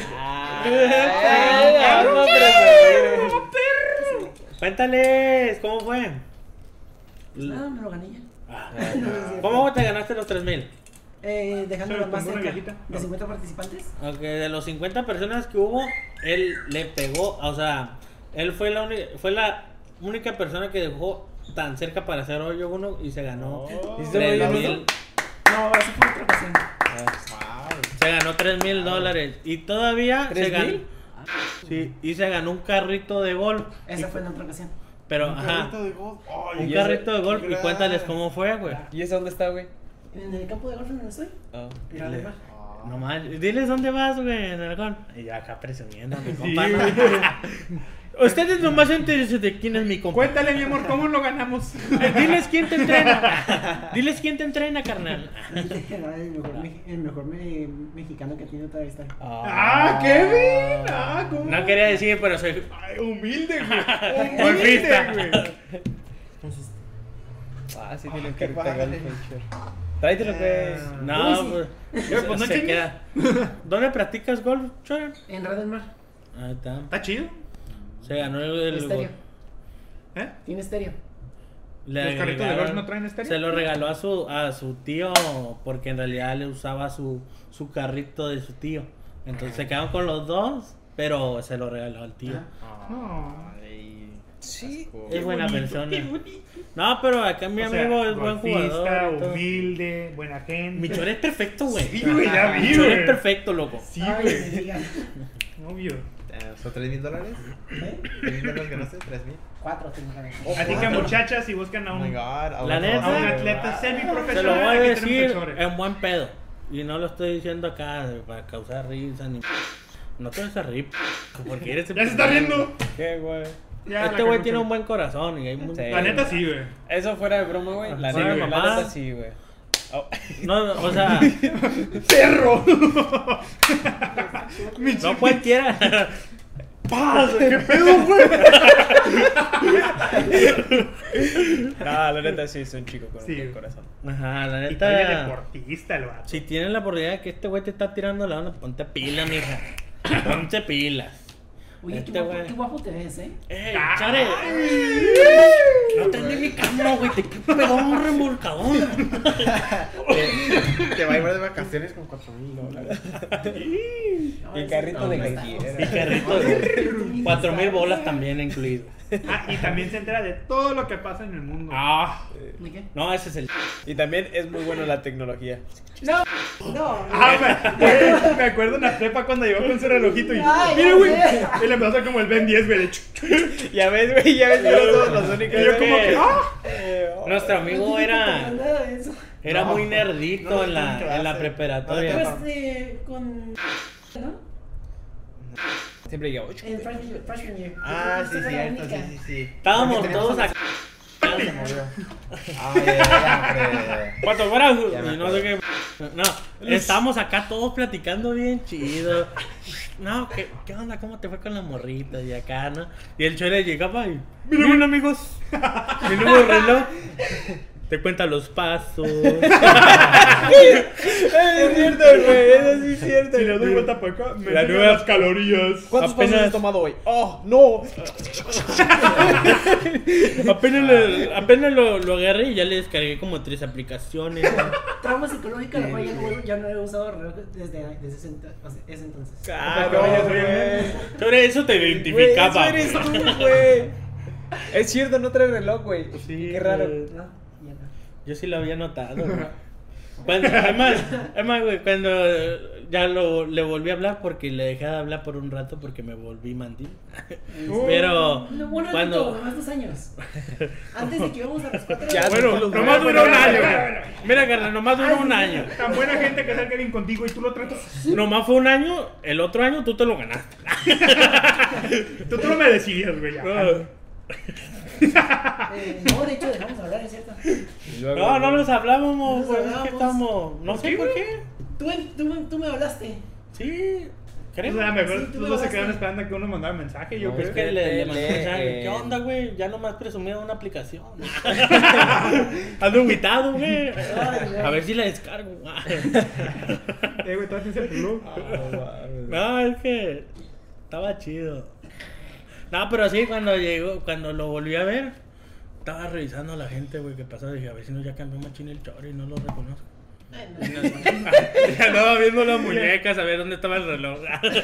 C: Cuéntales, ¿cómo fue?
E: Ah, me lo gané ya.
C: Ah,
E: No, es cierto.
C: ¿Cómo te ganaste los 3,000?
E: Dejándolo
D: ¿Solo
E: más
D: con una
E: cerca
D: viejita?
E: de 50 participantes.
C: Ok, de los 50 personas que hubo, él le pegó, o sea, él fue la única persona que dejó tan cerca para hacer hoyo uno y se ganó
B: ¿Y se
C: 3,000.
E: No, eso fue otra ocasión.
C: Se ganó $3,000 y todavía se ganó.
B: ¿3,000?
C: Sí, y se ganó un carrito de golf.
E: Esa fue en otra ocasión.
C: Pero,
A: Un
C: ajá,
A: carrito de golf. Ay,
C: un
B: ¿y
C: carrito de golf y
A: Gran.
C: cuéntales cómo fue, güey.
B: ¿Y ese dónde está, güey?
E: En el campo de golf en donde estoy.
B: Oh.
E: En la del mar.
C: No manches, diles dónde vas, güey, en el golf. Y yo acá presumiendo a mi compa. Ustedes nomás entérese de quién es mi compa.
D: Cuéntale, mi amor, ¿cómo lo ganamos?
C: Diles quién te entrena. Diles quién te entrena, carnal.
E: El mejor mexicano que tiene toda esta.
D: ¡Ah, Kevin! ¡Ah, cómo!
C: No quería decir, pero soy
D: Ay, humilde, güey.
C: golfista.
D: Humilde, güey.
B: Ah, sí, tiene un
A: qué
B: carrito de
A: padre.
B: golf, Chore. Tráetelo, pues.
C: No,
E: Uy, sí.
C: pues,
D: Pues no
C: se
D: chingues.
C: queda. ¿Dónde practicas golf, Chore?
E: En Red del Mar.
C: Ahí está.
D: ¿Está chido?
C: Se ganó el
E: Estéreo.
C: golf.
D: ¿Eh?
E: Tiene estéreo.
C: Le
D: ¿Los carritos de
C: regalaron-
D: golf no traen estéreo?
C: Se lo regaló a su tío porque en realidad le usaba su carrito de su tío. Entonces se quedaron con los dos, pero se lo regaló al tío.
A: Ay,
B: Sí.
A: asco.
C: Es buena
D: bonito,
C: persona.
D: qué bonito.
C: No, pero acá mi
D: O sea,
C: amigo es buen
D: golfista,
C: jugador. y todo.
D: humilde, buena gente.
C: Mi Chore es perfecto, güey.
D: Sí, güey, ya vi,
C: Mi Chore
D: güey.
C: es perfecto, loco.
D: Sí,
E: Ay,
D: güey.
E: me digan.
D: Obvio.
A: ¿Son $3,000?
E: ¿Eh?
A: $3,000 ganaste? ¿3,000?
E: 4 tengo que ver.
D: Así que, muchachas, si buscan a
A: Oh
D: un,
A: my god.
C: La neta,
D: a un
A: de
D: atleta
A: verdad.
C: Se
D: semiprofesional,
C: lo voy a
D: aquí tenemos
C: decir
D: el Chore.
C: en buen pedo. Y no lo estoy diciendo acá para causar risa ni. No te vas a reír, porque eres el
D: ¡Ya se está
C: primero.
D: riendo!
B: ¿Qué, güey?
D: Ya,
C: Este
D: la
C: güey
D: que
C: tiene
D: mucho.
C: un buen corazón y hay muy...
B: Sí.
D: La neta sí, güey.
B: Eso fuera de broma, güey. La
C: Sí,
B: neta,
C: güey.
B: la neta sí, güey. Oh.
C: No, o sea,
D: ¡Perro!
C: no cualquiera.
D: ¡Paz! ¿Qué pedo, güey?
B: No, la neta sí es un chico con
D: Sí.
B: un buen corazón.
C: Ajá, la
D: Y todavía
C: neta.
D: deportista el vato.
C: Si tienes la oportunidad de que este güey te está tirando la onda, ponte pila, mija. Ponte pilas.
E: Oye,
C: Este
E: qué
C: güey.
E: guapo te ves, ¿eh?
C: ¡Ey, Chare! No te mi cámara, güey. Te pegó un remolcador.
A: Te va a llevar de vacaciones con $4,000.
B: Y carrito de
C: Y
B: cualquiera.
C: carrito de 4,000 bolas también incluido.
D: Ah, y también se entera de todo lo que pasa en el mundo.
C: Ah,
E: ¿De qué?
C: no, ese es el.
B: Y también es muy bueno la tecnología.
E: No, no.
D: Me acuerdo en la prepa cuando llegó con su relojito y...
E: Ay,
D: ¡Mira,
E: ya
D: güey!
E: sé.
D: Y le empezó a hacer como el Ben 10, güey.
B: Ya ves, güey, ya ves que no somos los únicos.
D: Y yo como que... ¡Ah!
C: Nuestro amigo era
E: Era
C: muy nerdito
A: no,
C: en la preparatoria.
E: Pues con. ¿No?
B: Siempre digo,
E: En freshman year.
A: Ah, sí,
E: Esa fue la
A: cierto,
E: única.
A: sí.
C: Estábamos
A: Porque
C: todos
A: tenemos
C: acá.
A: Se movió. Ay, ya,
C: Cuatro horas
A: Ya me
C: y no sé qué. No, estábamos acá todos platicando bien chido. No, ¿qué onda? ¿Cómo te fue con la morrita? Y acá, ¿no? Y el chole llegaba y. Miren, amigos. Mi nuevo reloj. Te cuenta los pasos.
B: es cierto, güey, eso sí es cierto.
D: Si le doy vuelta para acá, me
C: La
D: enseña
C: nueva-
D: las calorías.
B: ¿Cuántos
C: apenas-
B: pasos has tomado hoy? ¡Oh, no!
C: apenas lo agarré y ya le descargué como 3 aplicaciones.
E: Trauma psicológica, lo cual ya no he usado reloj desde ese entonces.
B: Claro, güey.
C: Sobre eso te
B: Güey,
C: identificaba.
B: eso eres tú, güey. Es cierto, no trae reloj, güey.
C: Sí,
B: Qué raro.
C: güey.
E: No, ya no.
C: Yo sí lo había notado, güey. Además, güey, cuando ya le volví a hablar porque le dejé de hablar por un rato porque me volví mandil. Pero
E: No, bueno,
C: cuando...
E: más 2 años. Antes de que íbamos a las 4
B: Ya,
C: Bueno,
B: los
C: nomás
B: nuevos,
C: duró un
B: güey.
C: año, güey. Mira, carnal, nomás duró un año.
D: Tan buena gente que salga alguien contigo y tú lo tratas.
C: Nomás fue un año, el otro año tú te lo ganaste.
D: Tú te lo merecías, güey. ya.
E: No, de hecho, dejamos de hablar, es cierto.
C: No nos hablábamos,
E: No nos
C: güey.
E: hablábamos.
C: ¿Qué estamos? No sé por qué.
E: Tú me hablaste.
C: Sí,
D: O
C: creo.
D: sea, mejor
E: Sí, tú
D: los
E: me
D: dos se
E: hablaste.
D: quedaron esperando a que uno mandara mensaje. Yo
B: No,
D: creo
C: Es que le mandé mensaje. ¿Qué
B: eh,
C: onda, güey? Ya nomás presumía una aplicación. Ando invitado, güey. A ver si la descargo.
D: Güey, todavía tienes el reloj.
C: No, es que estaba chido. No, pero sí, cuando lo volví a ver, estaba revisando a la gente, güey, que pasaba. Dije, a ver si no ya cambió machín el chore y no lo reconozco. Andaba viendo las muñecas a ver dónde estaba el reloj.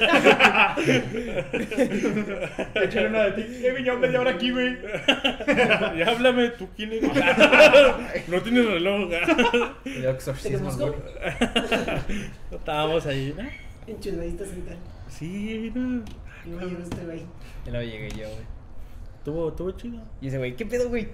D: Échale una de ti. Ya media hora aquí, güey.
C: Ya háblame, ¿tú quién eres? No tienes reloj.
A: El
E: ¿Te
A: exorcismo.
E: conozco?
C: Estábamos ahí, ¿no?
E: Enchuladitas y tal.
C: Sí, no.
E: Y me llegó este güey.
B: Y luego llegué yo, güey.
C: Estuvo chido.
B: Y ese güey, ¿qué pedo, güey?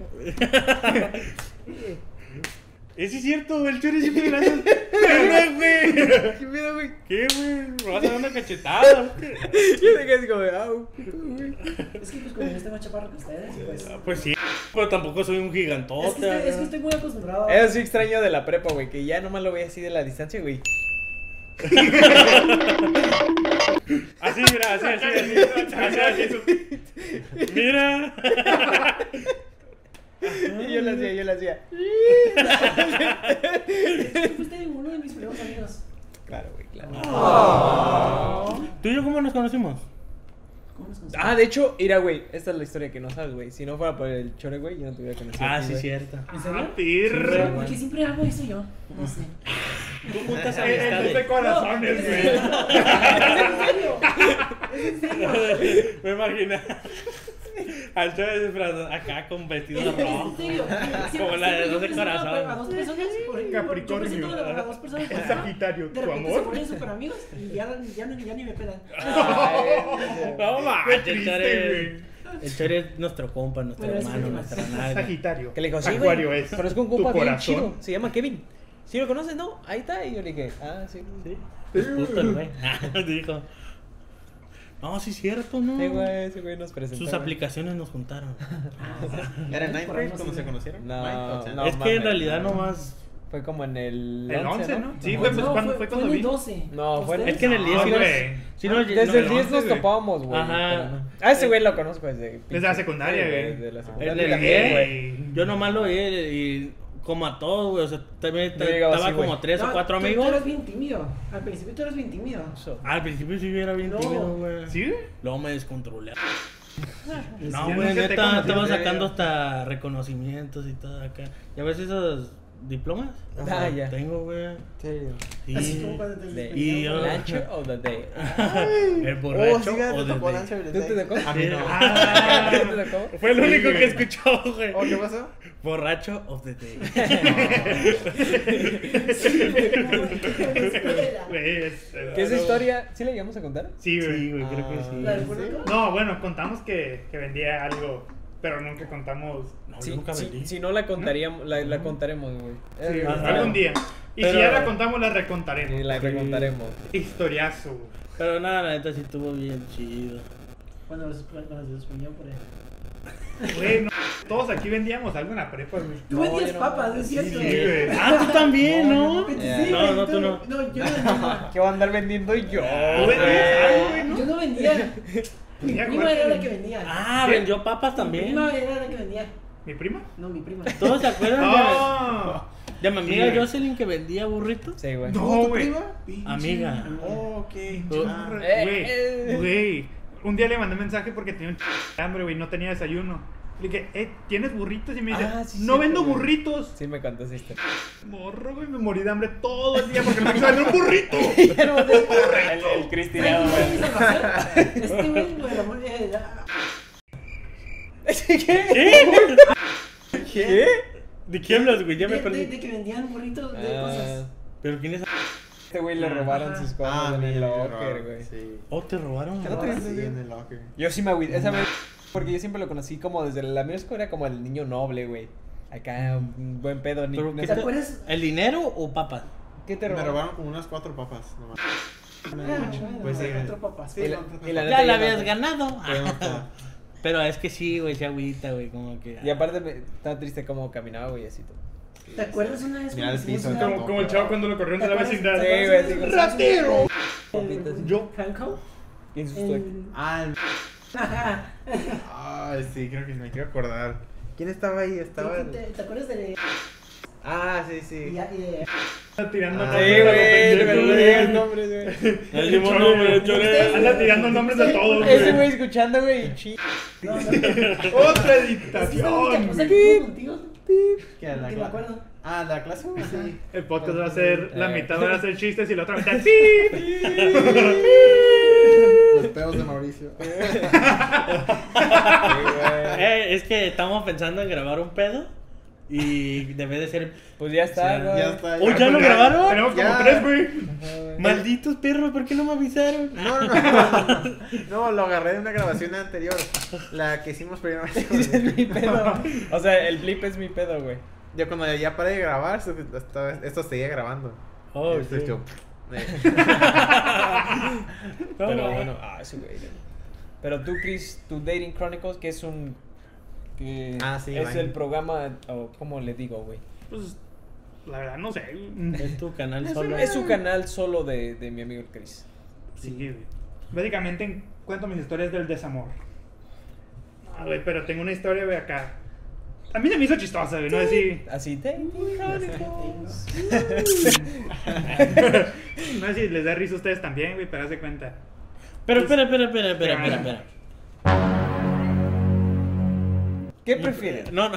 C: Eso es cierto, el chore siempre le hace. ¿Qué, güey?
B: ¿Qué pedo, güey?
C: ¿Qué, güey? Me vas a dar una cachetada.
B: Yo me quedé así como, au, ¿qué pedo, güey?
E: Es que pues como yo estoy más chaparro que ustedes, pues.
C: Pues sí, pero tampoco soy un gigantote.
E: Es que estoy muy acostumbrado.
B: Eso sí extraño de la prepa, güey, que ya nomás lo veía así de la distancia, güey.
C: Así, mira, así. Mira.
B: Y yo lo hacía.
E: Tú fuiste uno de mis primeros amigos.
B: Claro, güey, claro.
C: ¿Tú y yo cómo nos conocimos?
E: ¿Cómo nos conocimos?
B: Ah, de hecho, mira, güey, esta es la historia que no sabes, güey. Si no fuera por el chore, güey, yo no te hubiera conocido. a
C: Ah,
B: ti,
C: sí,
B: güey.
C: cierto.
E: ¿En serio?
D: Ah, pirra.
E: Pero porque siempre hago eso yo. No sé.
C: Tú juntas
D: Es de
C: amistades.
D: corazones,
E: No,
D: güey.
E: es en serio.
C: Me imagino. Al chore disfrazado acá con vestido
E: Es
C: rojo.
E: en serio.
C: Como la de 12 corazones.
E: A 2 personas.
D: Capricornio.
E: Yo presento a 2 personas.
D: Es Sagitario,
E: De
D: tu
E: repente se
D: amor.
E: ponen súper amigos y ya ni me pelan.
C: No
D: Qué
C: manches, el
D: triste,
C: chore.
D: güey.
C: El chore es nuestro compa, nuestro
E: Bueno, eso
C: hermano,
E: es
C: nuestra
E: más.
C: nalga.
D: Sagitario.
B: Que le dijo, sí, güey.
D: Acuario es.
B: Pero es con un
D: tu
B: compa bien
D: corazón.
B: chido. Se llama Kevin. ¿Sí lo conoces, no? Ahí está. Y yo le dije, ah, sí.
C: Sí, es puto el güey. Dijo. No, sí es cierto, ¿no?
B: Sí, güey, ese güey nos presentó.
C: Sus
B: güey.
C: aplicaciones nos juntaron.
A: ¿Era en Ninth Grade cuando se conocieron?
B: No,
A: Ninth, o sea,
B: no.
C: Es que en
B: mames.
C: realidad nomás.
B: Fue como en el
D: El 11, ¿no? Sí,
B: No,
D: fue,
E: No,
D: pues, ¿cuándo fue
E: en
D: cuando
E: el
D: vino?
E: 12.
B: No, fue en-
E: ¿Ustedes?
C: Es que en el 10 sí
D: No,
C: nos.
D: güey.
C: Sí nos
B: Desde el 10
D: 11,
B: nos
D: güey.
B: topábamos, güey.
C: Ajá.
B: pero no. Ah, ese güey lo conozco desde...
D: Desde la secundaria,
B: Sí,
D: güey.
B: Desde la
C: En
B: secundaria.
C: el
D: también,
C: 10,
D: güey.
C: yo nomás lo vi y como a todos, güey. O sea, también
B: Yo llegaba
C: estaba
B: así, güey.
C: como 3 o 4
E: Tú
C: amigos.
E: eras bien tímido. Al principio tú eras bien tímido.
C: Al principio sí era bien
E: No.
C: tímido, güey.
D: ¿Sí?
C: Luego me descontrolé. No,
D: Ya
C: güey,
D: nunca te
C: neta,
D: conocí,
C: estaba
D: en serio.
C: sacando hasta reconocimientos y todo acá. ¿Ya ves esos diplomas?
B: Ah, ya.
C: Tengo, güey. Sí.
E: Así como cuando te
B: De-
C: Y yo-
B: ¿Lancher o the day?
C: El borracho o
A: te tocó
C: de...
A: Lancer
B: ¿Tú te tocó?
A: A mí no.
C: Ah,
B: ¿Tú te tocó?
C: fue el único que escuchó, güey.
A: ¿Oh, qué pasó?
C: Borracho of the day.
D: Güey,
B: ¿Qué esa historia? ¿Sí la llegamos a contar?
D: Sí, güey.
C: Sí, güey, creo que sí.
E: ¿La del Puerto?
D: No, bueno, contamos que vendía algo, pero nunca contamos.
C: No,
B: Sí,
C: yo nunca
B: sí,
C: vendí.
B: si no la contaríamos, la contaremos, güey.
D: Sí,
C: Ajá.
D: algún día. Y
C: Pero-
D: si ya la contamos, la
B: Y
D: recontaremos.
B: la recontaremos.
D: Historiazo, güey.
C: Pero nada, la neta sí estuvo bien chido.
E: Cuando los ponían por ahí.
D: Güey, no, todos aquí vendíamos algo en la prepa, güey.
E: Tú
B: No,
E: vendías
B: yo no.
E: papas, es cierto.
D: Sí, güey.
C: Ah, tú también, ¿no?
E: Sí,
B: Ya.
E: güey,
C: No, tú no.
E: No, yo no vendía.
B: ¿Qué va a andar vendiendo yo?
D: Tú vendías algo, güey, ¿no?
E: Yo no vendía. Mi
D: Ya,
E: prima
D: ¿cuál?
E: era la que vendía.
C: Ah,
D: ¿Qué?
C: vendió papas
E: Mi
C: también.
E: prima era la que vendía.
D: ¿Mi prima?
E: No, mi prima.
C: ¿Todos se acuerdan
D: ¡Oh!
C: de mi amiga
D: Sí, güey.
C: Jocelyn que vendía burritos?
B: Sí, güey.
D: No, güey.
C: Amiga.
A: Oh, ok. Ah.
D: Güey, un día le mandé mensaje porque tenía un de hambre, güey, no tenía desayuno. Le dije, ¿tienes burritos? Y me dice,
B: Ah, sí,
D: no
B: cierto,
D: vendo
B: güey.
D: burritos.
B: Sí, me contó esa historia.
D: Morro, güey, me morí de hambre todo el día porque no me quiso vender un burrito.
B: el cristiano,
E: ¿Sabes
B: güey.
E: qué quiso hacer? Este güey, güey, el amor,
B: ¿Qué?
C: ¿De qué hablas, güey? Ya me
E: de
C: perdí.
E: que vendían burritos de
B: Ah,
E: cosas.
C: ¿Pero quién es?
B: este güey le robaron sus cosas en el locker, güey.
A: Sí.
C: Oh, te robaron.
B: ¿Qué no
C: güey.
B: te-
A: Sí, en el locker.
B: Yo sí me agüité, esa vez, porque yo siempre lo conocí como desde la Mirsco, era como el niño noble, güey. Acá, un buen pedo. Ni,
C: ¿Pero
B: no
C: qué
E: ¿Te
B: sé-
E: acuerdas?
C: ¿El dinero o papas?
B: ¿Qué te
A: Me
B: robaron?
A: robaron como unas 4 papas nomás.
E: Bueno,
A: Pues sí.
E: otro papas.
A: Sí,
B: Y la-
A: no,
B: y la-
C: Ya la
B: ya
C: habías
B: no-
C: ganado.
A: pero no toda.
C: Pero es que sí, güey, se agüita, güey, como que...
B: Y aparte, estaba triste como caminaba, güey, así todo.
E: ¿Te acuerdas una vez
A: Mira el
E: cuando hicimos
A: piso,
E: una-
A: como-
D: Como el chavo cuando lo corrieron de la vecindad.
B: Sí, güey, así con-
E: ¡Ratero!
B: Papitas.
C: Yo-
E: Franco.
B: ¿Quién sos tú?
E: En-
A: Ah,
E: Ajá.
A: ay, sí, creo que me quiero acordar. ¿Quién estaba ahí? Estaba el...
E: ¿Te acuerdas de
A: Ah, sí, sí.
D: Anda tirando
A: Ah,
B: Sí,
D: nombres a lo
B: güey,
D: pendejo,
B: me
D: güey.
B: el nombre, güey.
C: Ya dijimos nombre, chore.
D: Anda tirando nombres de todos,
B: Ese
D: güey.
B: güey escuchando, güey, y chi.
E: No, no.
D: Otra
E: Es que
D: editación.
E: o sea, que estuvo contigo.
A: ¿Qué era la
E: Que me
A: clase?
E: acuerdo.
A: Ah, la clase, güey, sí.
D: El podcast va a ser, la mitad van a ser chistes y la otra mitad ¡pip!
A: Los pedos de Mauricio.
C: Es que estamos pensando en grabar un pedo y debe de ser...
B: Pues ya está,
C: Sí,
B: güey.
A: Ya está.
C: Oh, ¿ya lo grabaron?
D: Tenemos como
A: Ya.
D: 3, güey.
C: Malditos perros, ¿por qué no me avisaron?
A: No. No, lo agarré de una grabación anterior. La que hicimos primero.
B: Ese es mi pedo. O sea, el blip es mi pedo, güey.
A: Yo cuando ya paré de grabar, esto seguía grabando.
C: Oh,
A: Entonces
C: sí.
A: yo,
B: Pero bueno, sí, güey. Pero tú, Chris, tu Dating Chronicles, que es un... Que
A: Ah, sí,
B: es
A: Vine.
B: el programa, o ¿cómo le digo, güey?
D: Pues, la verdad, no sé.
C: Es tu canal solo.
B: Es su canal solo de mi amigo el Chris.
D: Sí, güey. Básicamente cuento mis historias del desamor. Ah, güey, pero tengo una historia, güey, acá. A mí se me hizo chistosa, güey, no sé
B: Así, Dating Chronicles.
D: si, no sé si les da risa a ustedes también, güey, pero haz de cuenta.
C: Pero espera.
B: ¿Qué prefieres?
C: No.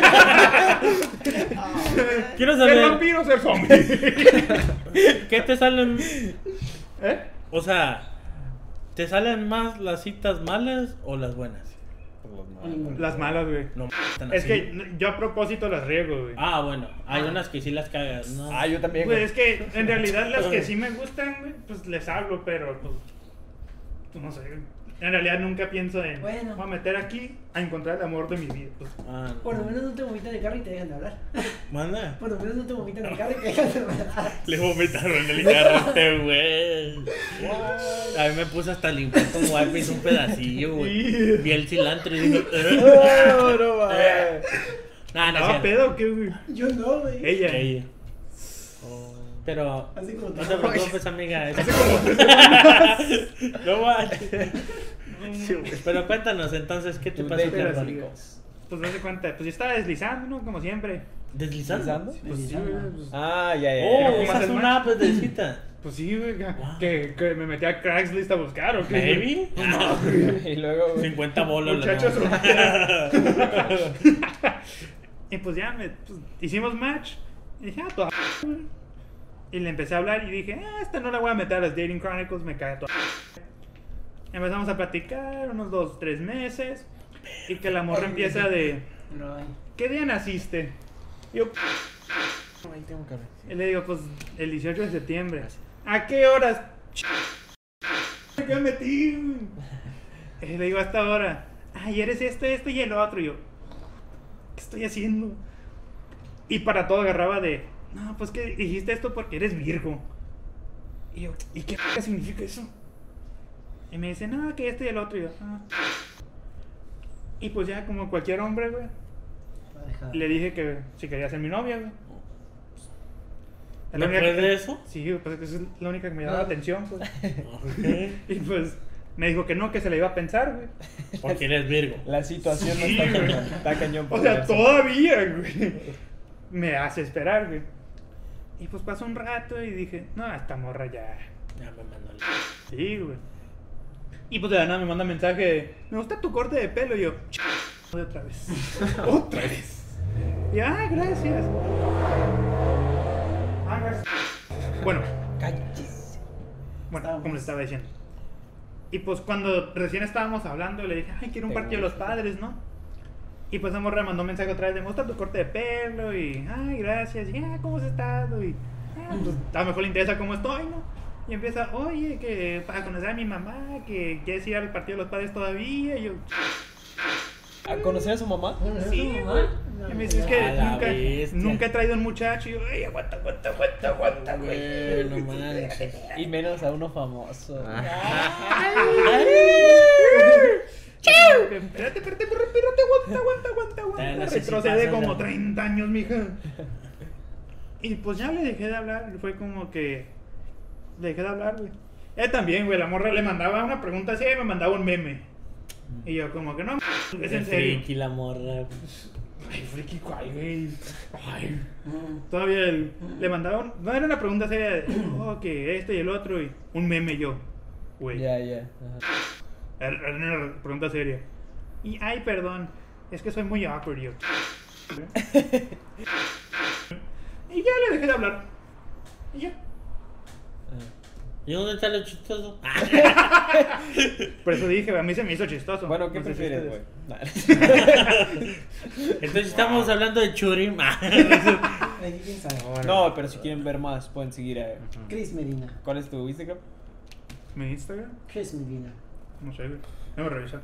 C: Quiero
D: ¿Ser
C: saber,
D: vampiro o ser zombie?
C: ¿qué te salen?
D: ¿Eh?
C: O sea, ¿te salen más las citas malas o las buenas?
D: Las malas, güey.
C: No, están
D: Es
C: así.
D: que yo a propósito las riego, güey.
C: Ah, bueno, hay unas que sí las cagas, ¿no?
B: Ah, yo también,
D: Pues
B: güey.
D: es que en realidad las que sí me gustan, güey, pues les hablo, pero pues no sé. En realidad nunca pienso en
E: Bueno.
D: voy a meter aquí a encontrar el amor de mi vida. Pues,
C: Ah, no.
E: Por lo menos no te vomitan el carro y te dejan de hablar.
C: Manda.
E: Por lo menos no te vomitan el carro y te dejan de hablar.
C: Le vomitaron el carro a este güey. A mí me puse hasta limpiar con wipes un pedacillo, güey. Vi el cilantro y dije...
B: No, no, va.
C: Nah, no,
D: ¿estaba
C: es cierto.
D: pedo o qué, güey?
E: Yo no, güey.
D: Ella.
C: Ella. Pero...
E: Así como
C: No te preocupes, amiga. No manches. Pero cuéntanos entonces, ¿qué te
B: Tu
C: pasó,
B: Dating
C: carnal?
B: Chronicles.
D: Pues no se cuenta, pues yo estaba deslizando, ¿no? Como siempre.
C: ¿Deslizando?
A: Pues sí, güey. Pues,
B: Ah, ya.
C: Oh,
D: ¿cómo
C: esa
D: haces
C: es
D: match?
C: una app de cita.
D: pues sí, güey. Que me metí a Craigslist a buscar, ¿o qué?
C: Maybe.
B: Y luego, güey.
C: 50 bolas.
D: Muchachos, y pues ya pues, hicimos match. Y dije, toda güey. Y le empecé a hablar y dije, esta no la voy a meter a las Dating Chronicles, me cae toda. Empezamos a platicar unos 2-3 meses. Y que la morra empieza de, ¿qué día naciste? Y yo,
B: Ahí tengo que ver.
D: y le digo, pues el 18 de septiembre. ¿A qué horas? ¿Qué me metí? Y le digo, hasta ahora. Ay, eres esto y el otro. Y yo, ¿qué estoy haciendo? Y para todo agarraba de, no, pues que dijiste esto porque eres Virgo. Y yo, ¿y qué significa eso? Y me dice, no, que esto y el otro. Y yo, ah. Y pues ya, como cualquier hombre, güey, le dije que si quería ser mi novia, güey. Es la única
C: ¿Después
D: que-
C: de eso?
D: Sí, pues es la única que me daba atención, pues.
C: Ok.
D: Y pues me dijo que no, que se la iba a pensar, güey.
C: Porque eres Virgo.
B: La situación
D: Sí,
B: no está
D: güey.
B: cañón. Está cañón.
D: O
B: por
D: sea,
B: verse.
D: todavía, güey. Me hace esperar, güey. Y pues pasó un rato y dije, no, esta morra ya.
C: Ya me mandó el...
D: Sí, güey. Y pues de la nada me manda mensaje de, me gusta tu corte de pelo. Y yo, otra vez. Otra vez. Y gracias. Gracias. Bueno,
B: Cállese.
D: Bueno, como les estaba diciendo. Y pues cuando recién estábamos hablando, le dije, ay, quiero un partido de los padres, ¿no? Y pues amor me mandó un mensaje otra vez de, me gusta tu corte de pelo. Y, ay, gracias. Y, ¿cómo has estado? Y, pues a lo mejor le interesa cómo estoy, ¿no? Y empieza, oye, que para conocer a mi mamá, que quieres ir al partido de los padres todavía. Y yo,
B: ¿A conocer a su mamá?
D: sí, güey. Y me dice, es que
C: A la
D: nunca,
C: bestia.
D: nunca he traído un muchacho. Y yo, ay, aguanta, güey.
C: No manches.
B: Y menos a uno famoso.
D: Espérate,
C: Te
D: aguanta.
C: necesitas
D: Retrocede como
C: hacer-
D: 30 años, mija. Y pues ya le dejé de hablar. Y fue como que. Le dejé de hablar, güey. También, güey. La morra le mandaba una pregunta así y me mandaba un meme. Y yo, como que no, es en serio.
C: Friki la morra.
D: Ay, friki, ¿cuál, güey? Ay. Todavía le mandaba un. No era una pregunta seria de. Oh, que esto y el otro. Y un meme yo. Güey.
B: Ya. Ajá.
D: Era una pregunta seria. Y, ay, perdón, es que soy muy awkward, yo. Y ya le dejé de hablar. Y ya.
C: ¿Y dónde está lo chistoso?
D: Por eso dije, a mí se me hizo chistoso.
B: Bueno, ¿qué
D: No sé si
B: prefieres, güey?
D: ustedes.
C: Entonces estamos hablando de Churim.
E: Ahí quién sabe.
B: No, pero si quieren ver más, pueden seguir a...
E: Chris Medina.
B: ¿Cuál es tu Instagram?
D: ¿Mi Instagram?
E: Chris Medina.
D: No sé, güey. No me revisa.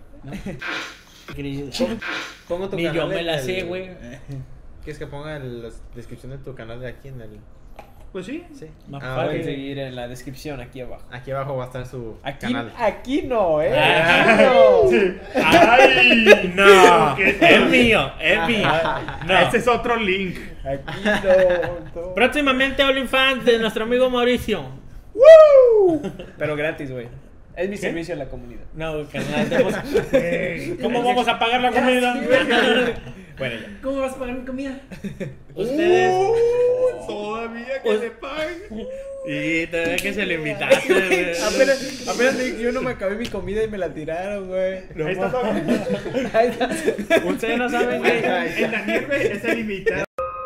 A: Pongo tu
C: Ni
A: canal
C: yo me
A: en
C: la
A: el-
C: sé, güey.
A: ¿Quieres que ponga la descripción de tu canal de aquí en el...?
D: Pues sí.
A: Sí.
C: Más
A: Ah,
C: fácil.
B: Pueden
A: ok.
B: seguir en la descripción aquí abajo.
A: Aquí abajo va a estar su canal.
B: Aquí no,
C: Ah.
B: no.
D: ¡Ay!
C: No,
D: ¿Qué
C: es
D: tal?
C: mío, es mío. No.
D: Ese es otro link.
B: Aquí no.
C: Próximamente OnlyFans de nuestro amigo Mauricio.
B: Pero gratis, güey. Es mi servicio a la comunidad.
C: No, carnal, ¿cómo vamos a pagar la comida?
B: Bueno, ya.
E: ¿Cómo vas a pagar mi comida?
C: Ustedes.
D: Todavía que se pague.
C: Y todavía que se lo invitaste. güey.
B: Apenas yo no me acabé mi comida y me la tiraron, güey.
D: Ahí está todo.
B: Ahí está.
C: Ustedes no saben que.
D: El Daniel, güey, es el invitado.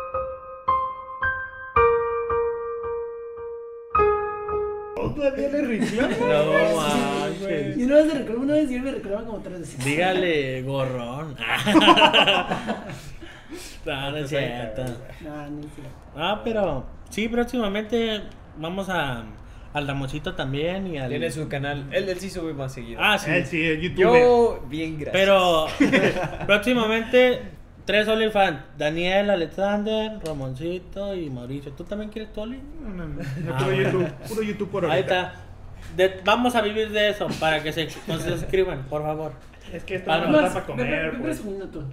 D: Todavía le reclamo.
C: No manches.
E: Y una vez y él me reclamaba como 3 veces.
C: Dígale gorrón. No, no es cierto.
E: No, no es cierto.
C: Ah, pero sí, próximamente vamos al Ramosito también y al.
B: Tiene su canal. Él sí sube más seguido.
C: Ah, sí.
D: Él sí, el youtuber.
B: Yo, bien, gracias.
C: Pero próximamente 3 OnlyFans: Daniel, Alexander, Ramoncito y Mauricio. ¿Tú también quieres tu Only?
D: No,
C: Ah,
D: puro
C: bueno.
D: YouTube, puro YouTube por
C: Ahí
D: ahorita.
C: está. Vamos a vivir de eso para que nos suscriban, por favor.
D: Es que esto
C: Ah,
D: no
C: no.
D: nos da
E: Más,
D: para comer,
E: ve
D: pues.
E: presumiendo tú.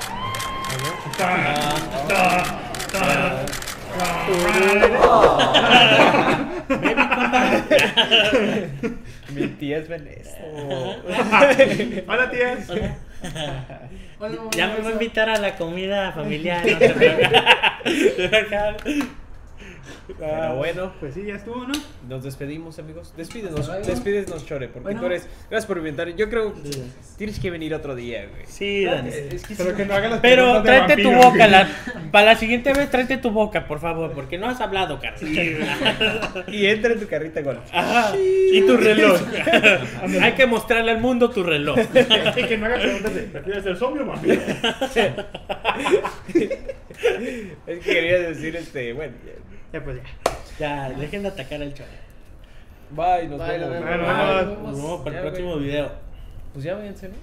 B: Mi tía es Vanessa.
D: Hola, tías.
E: Hola, mamá,
C: Ya me voy a
E: eso.
C: invitar a la comida familiar. No te preocupes.
B: Pero bueno,
D: Pues sí, ya estuvo, ¿no?
B: nos despedimos, amigos. Despídenos,
E: Hasta luego.
B: despídenos, Chore, porque
E: Bueno.
B: tú eres. Gracias por inventar. Yo creo que tienes que venir otro día, güey.
C: Sí, Dani.
B: Es que
A: Pero
B: sí.
A: que no haga las
C: Pero
A: preguntas de
C: tráete tu
A: vampiro,
C: boca,
A: güey.
C: para la siguiente vez tráete tu boca, por favor, porque no has hablado, Carlos.
B: Y entra en tu carrita igual.
C: Ajá. Y tu reloj. Hay que mostrarle al mundo tu reloj.
D: Y que no haga preguntas de, ¿prefieres ser zombie o vampiro?
B: Es que quería decir bueno.
D: Ya, pues ya.
C: Ya, dejen de atacar al chavo.
B: Bye, nos
E: Bye,
B: vemos.
E: nos
D: Bueno,
E: vemos.
D: bueno.
E: Bye, nos
C: Nos
E: vemos.
C: vemos para
B: Ya,
C: el próximo
B: güey.
C: video.
B: Pues ya váyanse, ¿no?